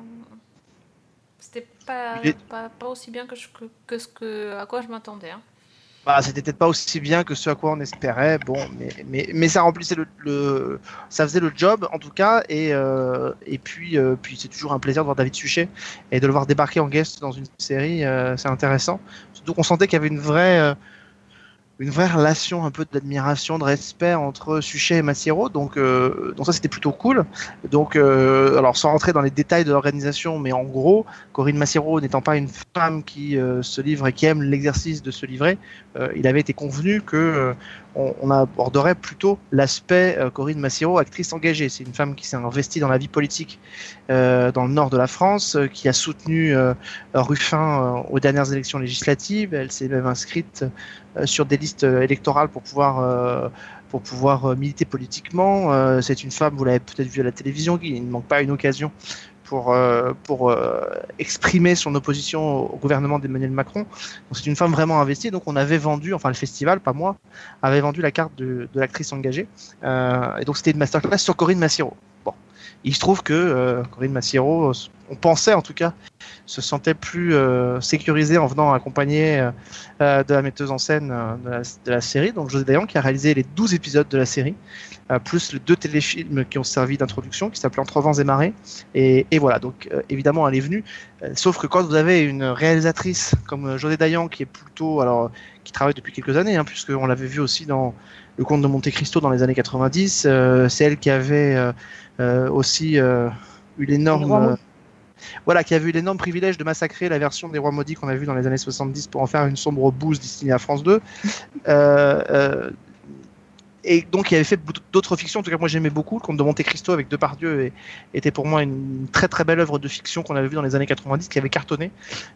C'était pas, Il est- pas, pas aussi bien que, je, que, que ce que, à quoi je m'attendais. Hein. Bah, c'était peut-être pas aussi bien que ce à quoi on espérait, bon, mais, mais, mais ça remplissait le, le, ça faisait le job en tout cas, et, euh, et puis, euh, puis c'est toujours un plaisir de voir David Suchet et de le voir débarquer en guest dans une série, euh, c'est intéressant. Surtout qu'on sentait qu'il y avait une vraie, euh, une vraie relation, un peu d'admiration, de respect entre Suchet et Massiero, donc, euh, donc ça c'était plutôt cool. Donc, euh, alors sans rentrer dans les détails de l'organisation, mais en gros, Corinne Massiero n'étant pas une femme qui euh, se livre et qui aime l'exercice de se livrer, euh, il avait été convenu que euh, on, on aborderait plutôt l'aspect euh, Corinne Massiero, actrice engagée. C'est une femme qui s'est investie dans la vie politique euh, dans le nord de la France, euh, qui a soutenu euh, Ruffin euh, aux dernières élections législatives. Elle s'est même inscrite euh, sur des listes électorales pour pouvoir euh, pour pouvoir militer politiquement. Euh, c'est une femme, vous l'avez peut-être vu à la télévision, qui ne manque pas une occasion pour, euh, pour euh, exprimer son opposition au gouvernement d'Emmanuel Macron. Donc c'est une femme vraiment investie, donc on avait vendu, enfin le festival, pas moi, avait vendu la carte de, de l'actrice engagée, euh, et donc c'était une masterclass sur Corinne Massiero. Bon, il se trouve que euh, Corinne Massiero, on pensait en tout cas, se sentait plus euh, sécurisée en venant accompagner euh, de la metteuse en scène euh, de, la, de la série, donc José Dayan, qui a réalisé les douze épisodes de la série, euh, plus les deux téléfilms qui ont servi d'introduction, qui s'appelaient Entre vents et marées, et, et voilà, donc euh, évidemment elle est venue, euh, sauf que quand vous avez une réalisatrice comme José Dayan, qui est plutôt, alors, qui travaille depuis quelques années, hein, puisqu'on l'avait vu aussi dans Le Comte de Monte Cristo dans les années quatre-vingt-dix, euh, c'est elle qui avait euh, euh, aussi euh, eu l'énorme... Voilà, qui a eu l'énorme privilège de massacrer la version des Rois Maudits qu'on a vu dans les années soixante-dix pour en faire une sombre bouse destinée à France deux. Euh, euh, et donc il avait fait d'autres fictions. En tout cas, moi j'aimais beaucoup. Le Comte de Monte Cristo avec Depardieu et, était pour moi une très très belle œuvre de fiction qu'on avait vue dans les années quatre-vingt-dix, qui avait cartonné.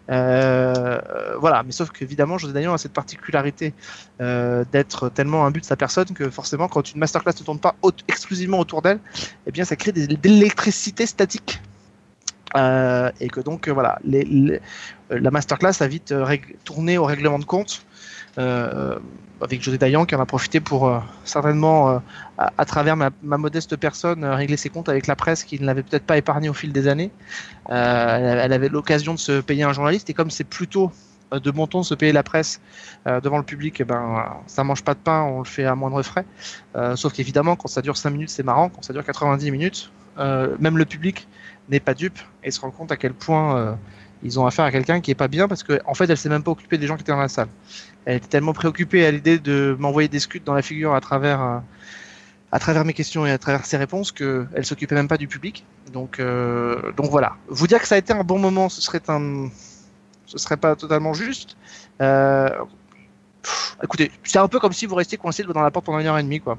Euh, voilà, mais sauf qu'évidemment, José Dayan a cette particularité euh, d'être tellement imbu de sa personne que forcément, quand une masterclass ne tourne pas au- exclusivement autour d'elle, eh bien, ça crée des, de l'électricité statique. Euh, et que donc, euh, voilà, les, les, la masterclass a vite euh, rég- tourné au règlement de compte. Euh, avec José Dayan qui en a profité pour euh, certainement euh, à, à travers ma, ma modeste personne euh, régler ses comptes avec la presse qui ne l'avait peut-être pas épargné au fil des années. Euh, elle, elle avait l'occasion de se payer un journaliste et comme c'est plutôt euh, de bon ton de se payer la presse euh, devant le public, eh ben ça mange pas de pain, on le fait à moindre frais. Euh, sauf qu'évidemment quand ça dure cinq minutes c'est marrant, quand ça dure quatre-vingt-dix minutes, euh, même le public n'est pas dupe et se rend compte à quel point euh, ils ont affaire à quelqu'un qui est pas bien parce que en fait elle s'est même pas occupée des gens qui étaient dans la salle. Elle était tellement préoccupée à l'idée de m'envoyer des scuds dans la figure à travers euh, à travers mes questions et à travers ses réponses que elle s'occupait même pas du public. Donc euh, donc voilà. Vous dire que ça a été un bon moment, ce serait un ce serait pas totalement juste. Euh, pff, écoutez, c'est un peu comme si vous restiez coincé dans la porte pendant une heure et demie quoi.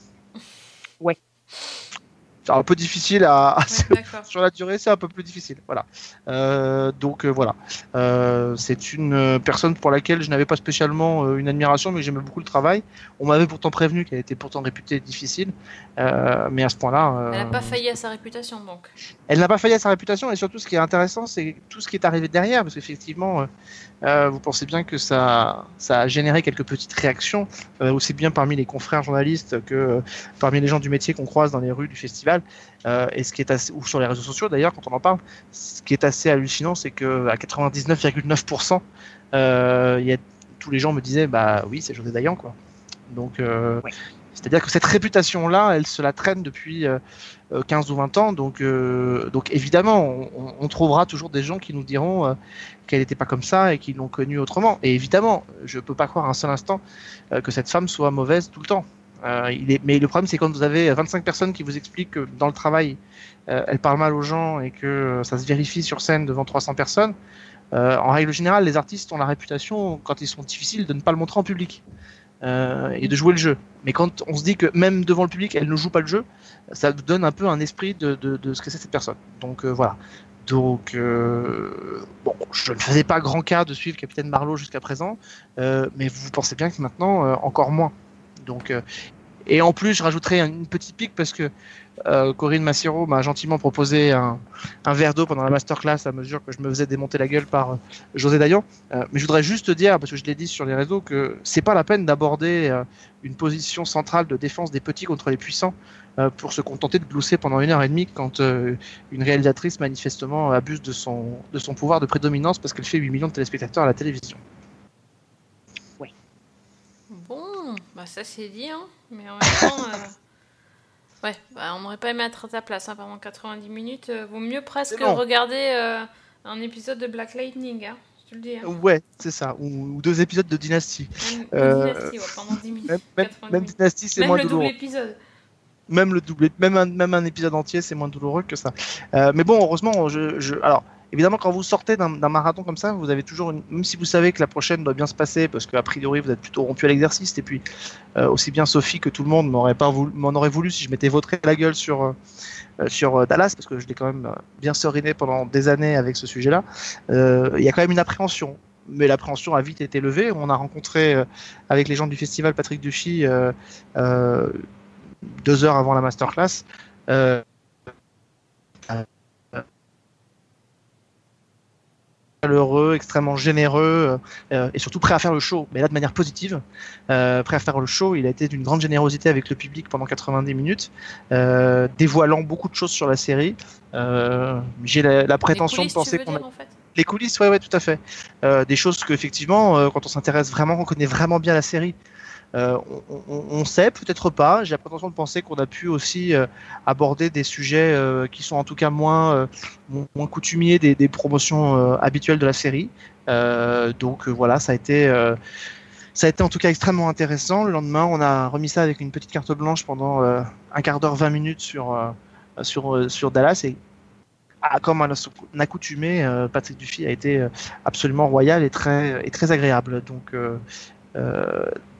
Ouais. C'est un peu difficile à, à Ouais, sur la durée, c'est un peu plus difficile. Voilà. Euh, donc euh, voilà. Euh, c'est une euh, personne pour laquelle je n'avais pas spécialement euh, une admiration, mais j'aimais beaucoup le travail. On m'avait pourtant prévenu qu'elle était pourtant réputée difficile, euh, mais à ce point-là. Euh, Elle n'a pas failli à sa réputation, donc. Elle n'a pas failli à sa réputation, et surtout, ce qui est intéressant, c'est tout ce qui est arrivé derrière, parce qu'effectivement, euh, euh, vous pensez bien que ça, ça a généré quelques petites réactions, euh, aussi bien parmi les confrères journalistes que euh, parmi les gens du métier qu'on croise dans les rues du festival, euh, et ce qui est assez, ou sur les réseaux sociaux d'ailleurs, quand on en parle. Ce qui est assez hallucinant, c'est que à quatre-vingt-dix-neuf virgule neuf pour cent, euh, y a, tous les gens me disaient, bah oui, c'est José Dayan, quoi. Donc, euh, ouais. C'est-à-dire que cette réputation-là, elle se la traîne depuis euh, quinze ou vingt ans. Donc, euh, donc évidemment, on, on trouvera toujours des gens qui nous diront euh, qu'elle n'était pas comme ça et qui l'ont connue autrement. Et évidemment, je ne peux pas croire un seul instant euh, que cette femme soit mauvaise tout le temps. Euh, il est... Mais le problème, c'est quand vous avez vingt-cinq personnes qui vous expliquent que dans le travail, euh, elle parle mal aux gens et que ça se vérifie sur scène devant trois cents personnes. Euh, en règle générale, les artistes ont la réputation, quand ils sont difficiles, de ne pas le montrer en public. Euh, et de jouer le jeu. Mais quand on se dit que même devant le public, elle ne joue pas le jeu, ça donne un peu un esprit de, de, de ce que c'est cette personne. Donc euh, voilà. Donc euh, bon, je ne faisais pas grand cas de suivre Capitaine Marlowe jusqu'à présent, euh, mais vous pensez bien que maintenant, euh, encore moins. Donc euh, et en plus, je rajouterai une petite pique parce que euh, Corinne Massiero m'a gentiment proposé un, un verre d'eau pendant la masterclass à mesure que je me faisais démonter la gueule par euh, José Dayan. Euh, mais je voudrais juste dire, parce que je l'ai dit sur les réseaux, que c'est pas la peine d'aborder euh, une position centrale de défense des petits contre les puissants euh, pour se contenter de glousser pendant une heure et demie quand euh, une réalisatrice manifestement abuse de son, de son pouvoir de prédominance parce qu'elle fait huit millions de téléspectateurs à la télévision. Oui. Bon, bah ça c'est dit, hein. Mais en même temps, euh... ouais, bah, on n'aurait pas aimé être à ta place hein, pendant quatre-vingt-dix minutes. Euh, vaut mieux presque regarder euh, un épisode de Black Lightning, hein, je te le dis. Hein. Ouais, c'est ça, ou, ou deux épisodes de Dynasty. Même, euh, Dynasty, ouais, pendant dix minutes. Même, même, même Dynasty, c'est même moins le douloureux. Double épisode. Même le double, même un, même un épisode entier, c'est moins douloureux que ça. Euh, mais bon, heureusement, je, je, alors. Évidemment, quand vous sortez d'un, d'un marathon comme ça, vous avez toujours, une... même si vous savez que la prochaine doit bien se passer, parce qu'a priori vous êtes plutôt rompu à l'exercice, et puis euh, aussi bien Sophie que tout le monde m'aurait pas voulu, m'en aurait voulu si je m'étais vautré la gueule sur euh, sur Dallas, parce que je l'ai quand même bien seriné pendant des années avec ce sujet-là. Il euh, y a quand même une appréhension, mais l'appréhension a vite été levée. On a rencontré euh, avec les gens du festival Patrick Duchy euh, euh, deux heures avant la masterclass. Euh, Heureux, extrêmement généreux euh, et surtout prêt à faire le show, mais là de manière positive, euh, prêt à faire le show. Il a été d'une grande générosité avec le public pendant quatre-vingt-dix minutes, euh, dévoilant beaucoup de choses sur la série. Euh, j'ai la, la prétention de penser qu'on a en fait. Les coulisses, ouais, ouais, tout à fait. Euh, des choses que effectivement, euh, quand on s'intéresse vraiment, on connaît vraiment bien la série. Euh, on, on, on sait, peut-être pas. J'ai la prétention de penser qu'on a pu aussi euh, aborder des sujets euh, qui sont en tout cas moins, euh, moins coutumiers des, des promotions euh, habituelles de la série. Euh, donc euh, voilà, ça a été, euh, ça a été en tout cas extrêmement intéressant. Le lendemain, on a remis ça avec une petite carte blanche pendant euh, un quart d'heure, vingt minutes sur euh, sur euh, sur Dallas et ah, comme un accoutumé, euh, Patrick Duchy a été absolument royal et très et très agréable. Donc euh, euh,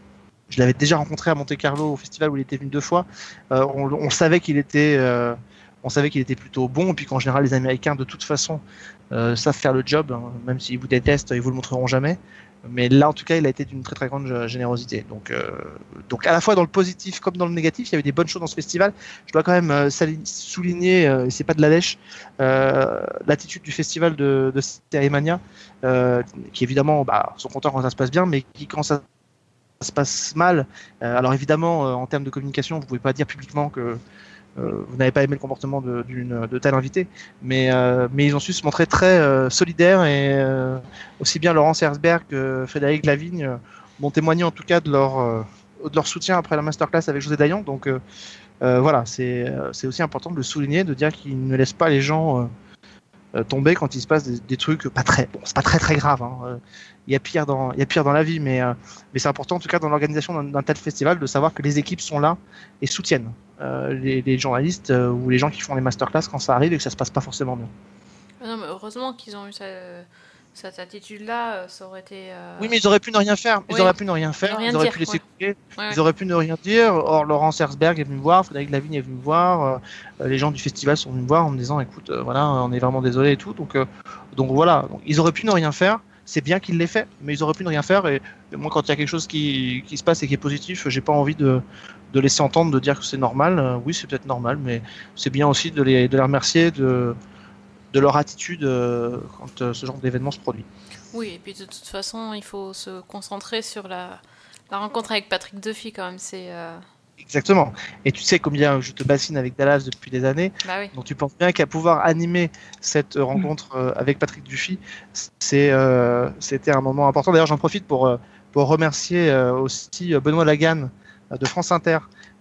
je l'avais déjà rencontré à Monte Carlo au festival où il était venu deux fois. Euh, on, on savait qu'il était, euh, on savait qu'il était plutôt bon. Et puis qu'en général, les Américains, de toute façon, euh, savent faire le job. Hein, même s'ils vous détestent, ils vous le montreront jamais. Mais là, en tout cas, il a été d'une très très grande générosité. Donc, euh, donc à la fois dans le positif comme dans le négatif, il y avait des bonnes choses dans ce festival. Je dois quand même euh, souligner, euh, et c'est pas de la lèche, euh, l'attitude du festival de, de Série Mania, euh, qui évidemment bah, sont contents quand ça se passe bien, mais qui quand ça se passe mal, euh, alors évidemment, euh, en termes de communication, vous pouvez pas dire publiquement que Euh, vous n'avez pas aimé le comportement de, d'une, de tel invité, mais, euh, mais ils ont su se montrer très euh, solidaires et euh, aussi bien Laurence Herzberg que Frédéric Lavigne euh, m'ont témoigné en tout cas de leur, euh, de leur soutien après la masterclass avec José Dayan. Donc euh, euh, voilà, c'est, euh, c'est aussi important de le souligner, de dire qu'ils ne laissent pas les gens euh, euh, tomber quand il se passe des, des trucs pas très, bon, c'est pas très très grave. Hein, euh, il y a pire dans, il y a pire dans la vie, mais, euh, mais c'est important en tout cas dans l'organisation d'un, d'un tel festival de savoir que les équipes sont là et soutiennent euh, les, les journalistes euh, ou les gens qui font les masterclass quand ça arrive et que ça se passe pas forcément bien. Non, mais heureusement qu'ils ont eu cette, cette attitude-là, ça aurait été. Euh... Oui, mais ils auraient pu ne rien faire. Ils oui. auraient pu ne rien faire. Rien ils auraient dire, pu laisser ouais. couler. Ouais, ils ouais. auraient pu ne rien dire. Or, Laurence Herzberg est venu me voir, Frédéric Lavigne est venu me voir, euh, les gens du festival sont venus me voir en me disant, écoute, euh, voilà, on est vraiment désolé et tout. Donc, euh, donc voilà. Donc, ils auraient pu ne rien faire. C'est bien qu'il l'ait fait, mais ils auraient pu ne rien faire. Et, et moi, quand il y a quelque chose qui, qui se passe et qui est positif, j'ai pas envie de, de laisser entendre, de dire que c'est normal. Euh, oui, c'est peut-être normal, mais c'est bien aussi de les, de les remercier de, de leur attitude euh, quand euh, ce genre d'événement se produit. Oui, et puis de toute façon, il faut se concentrer sur la, la rencontre avec Patrick Duffy quand même. C'est, euh... Exactement. Et tu sais combien je te bassine avec Dallas depuis des années. Bah oui. Donc tu penses bien qu'à pouvoir animer cette rencontre euh, avec Patrick Duffy, c'est, euh, c'était un moment important. D'ailleurs, j'en profite pour, euh, pour remercier euh, aussi Benoît Lagan euh, de France Inter,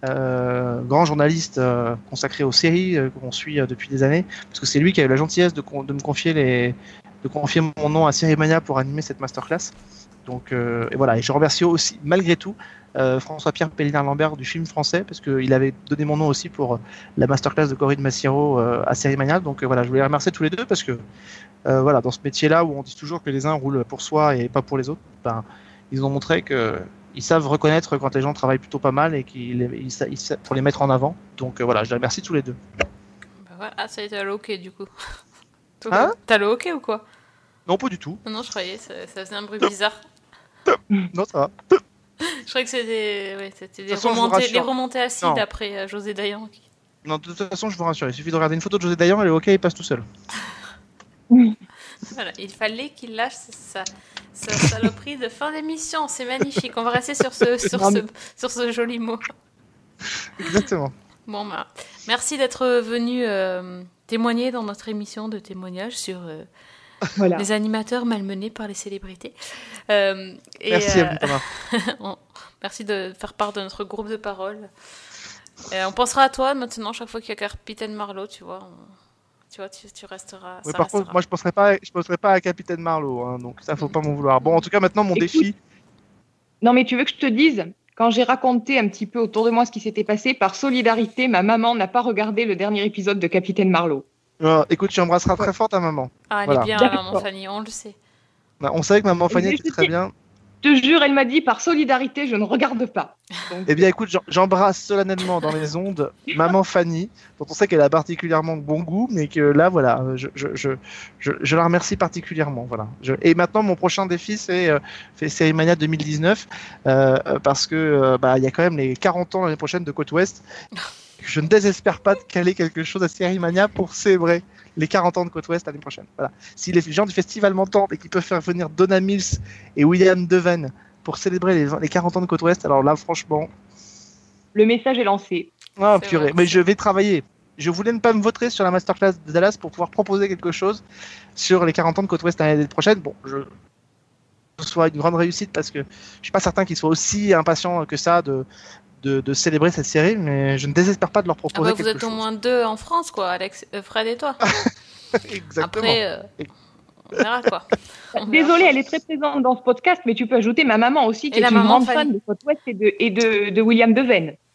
euh, grand journaliste euh, consacré aux séries euh, qu'on suit euh, depuis des années, parce que c'est lui qui a eu la gentillesse de, de me confier les, de confier mon nom à Série Mania pour animer cette masterclass. Donc euh, et voilà. Et je remercie aussi, malgré tout, Euh, François-Pierre Pelliner-Lambert du film français, parce qu'il avait donné mon nom aussi pour la masterclass de Corinne Massiero euh, à Série Mania. Donc euh, voilà, je voulais les remercier tous les deux parce que euh, voilà, dans ce métier-là où on dit toujours que les uns roulent pour soi et pas pour les autres, ben, ils ont montré qu'ils savent reconnaître quand les gens travaillent plutôt pas mal et qu'ils ils, ils, ils, pour les mettre en avant. Donc euh, voilà, je les remercie tous les deux. Bah voilà. Ah, ça a été à l'hockey du coup. Hein? T'as le hockey ou quoi? Non, pas du tout. Non, non, je croyais, ça, ça faisait un bruit bizarre. Non, ça va. Je croyais que c'était, ouais, c'était des façon, remontées, les remontées acides non. après euh, José Dayan. Qui... Non, de toute façon, je vous rassure, il suffit de regarder une photo de José Dayan et le hockey il passe tout seul. Voilà, il fallait qu'il lâche sa, sa saloperie de fin d'émission. C'est magnifique. On va rester sur ce, sur ce, sur ce joli mot. Exactement. Bon, bah, merci d'être venu euh, témoigner dans notre émission de témoignage sur euh, voilà. les animateurs malmenés par les célébrités. Euh, et, merci euh, à vous, Thomas. on, merci de faire part de notre groupe de parole. Et on pensera à toi maintenant chaque fois qu'il y a Capitaine Marlowe, tu vois. On, tu vois, tu, tu resteras. Oui, ça par restera. contre, moi je ne penserai pas, je penserai pas à Capitaine Marlowe, hein, donc ça faut pas m'en vouloir. Bon, en tout cas, maintenant mon Écoute, défi. Non, mais tu veux que je te dise, quand j'ai raconté un petit peu autour de moi ce qui s'était passé, par solidarité, ma maman n'a pas regardé le dernier épisode de Capitaine Marlowe. Euh, écoute, tu embrasseras très fort ta maman. Ah, elle voilà. est bien, D'accord. maman Fanny, on le sait. Bah, on savait que maman Fanny Et était très bien. Je te jure, elle m'a dit, par solidarité, je ne regarde pas. Donc... Eh bien, écoute, j'embrasse solennellement dans les ondes maman Fanny, dont on sait qu'elle a particulièrement bon goût, mais que là, voilà, je, je, je, je, je la remercie particulièrement. Voilà. Je... Et maintenant, mon prochain défi, c'est euh, Série Mania deux mille dix-neuf, euh, parce que euh, bah, y a quand même les quarante ans l'année prochaine de Côte Ouest. Je ne désespère pas de caler quelque chose à Série Mania pour célébrer les quarante ans de Côte Ouest l'année prochaine. Voilà. Si les gens du festival m'entendent et qu'ils peuvent faire venir Donna Mills et William Devane pour célébrer les, les quarante ans de Côte Ouest, alors là, franchement... Le message est lancé. Ah, c'est purée. Vrai. Mais je vais travailler. Je voulais ne pas me voter sur la masterclass de Dallas pour pouvoir proposer quelque chose sur les quarante ans de Côte Ouest l'année prochaine. Bon, je... ce soit une grande réussite parce que je ne suis pas certain qu'ils soient aussi impatients que ça de... De, de célébrer cette série, mais je ne désespère pas de leur proposer ah bah, quelque chose. Vous êtes au moins deux en France, quoi, Alex, euh, Fred et toi. Exactement. Après, euh, on verra, quoi. On Désolée, verra. elle est très présente dans ce podcast, mais tu peux ajouter ma maman aussi, qui et est la une maman grande Fanny. fan de Côte Ouest et de, et de, de William Devane.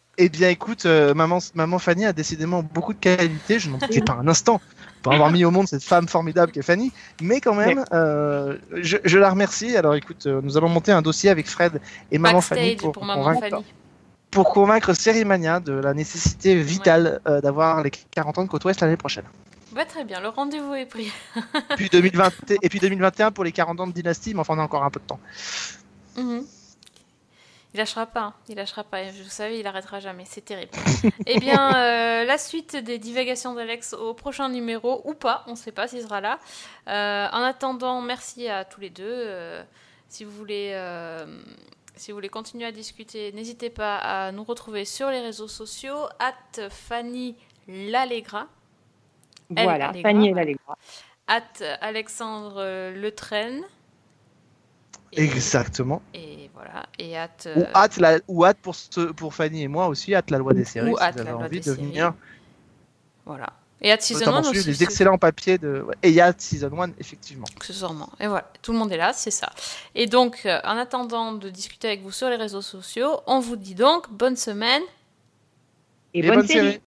Eh bien, écoute, euh, maman, maman Fanny a décidément beaucoup de qualités. Je n'en doutais pas un instant pour avoir mis au monde cette femme formidable qu'est Fanny. Mais quand même, euh, je, je la remercie. Alors, écoute, euh, nous allons monter un dossier avec Fred et maman Backstage Fanny pour, pour maman convaincre, Fanny. pour convaincre Sérimania de la nécessité vitale ouais. euh, d'avoir les quarante ans de Côte Ouest l'année prochaine. Bah, très bien, le rendez-vous est pris. puis deux mille vingt, et puis deux mille vingt et un pour les quarante ans de Dynasty, mais enfin, on a encore un peu de temps. Mm-hmm. Il lâchera pas, hein. il lâchera pas. Vous savez, il arrêtera jamais. C'est terrible. Eh bien, euh, la suite des divagations d'Alex au prochain numéro ou pas, on ne sait pas s'il sera là. Euh, en attendant, merci à tous les deux. Euh, si vous voulez, euh, si vous voulez continuer à discuter, n'hésitez pas à nous retrouver sur les réseaux sociaux. At Fanny Lallegra. Voilà, Fanny Lallegra. At Alexandre Le Train. Et, Exactement. Et voilà. Et hâte. Euh... Ou hâte, la... ou hâte pour, ce... pour Fanny et moi aussi, hâte la loi des séries. Ou si hâte vous avez la loi envie des de séries. venir. Voilà. Et hâte Season un aussi. Les excellents papiers de. Et hâte Season un, effectivement. Accessoirement. Et voilà. Tout le monde est là, c'est ça. Et donc, euh, en attendant de discuter avec vous sur les réseaux sociaux, on vous dit donc bonne semaine. Et, et bonne, bonne série. série.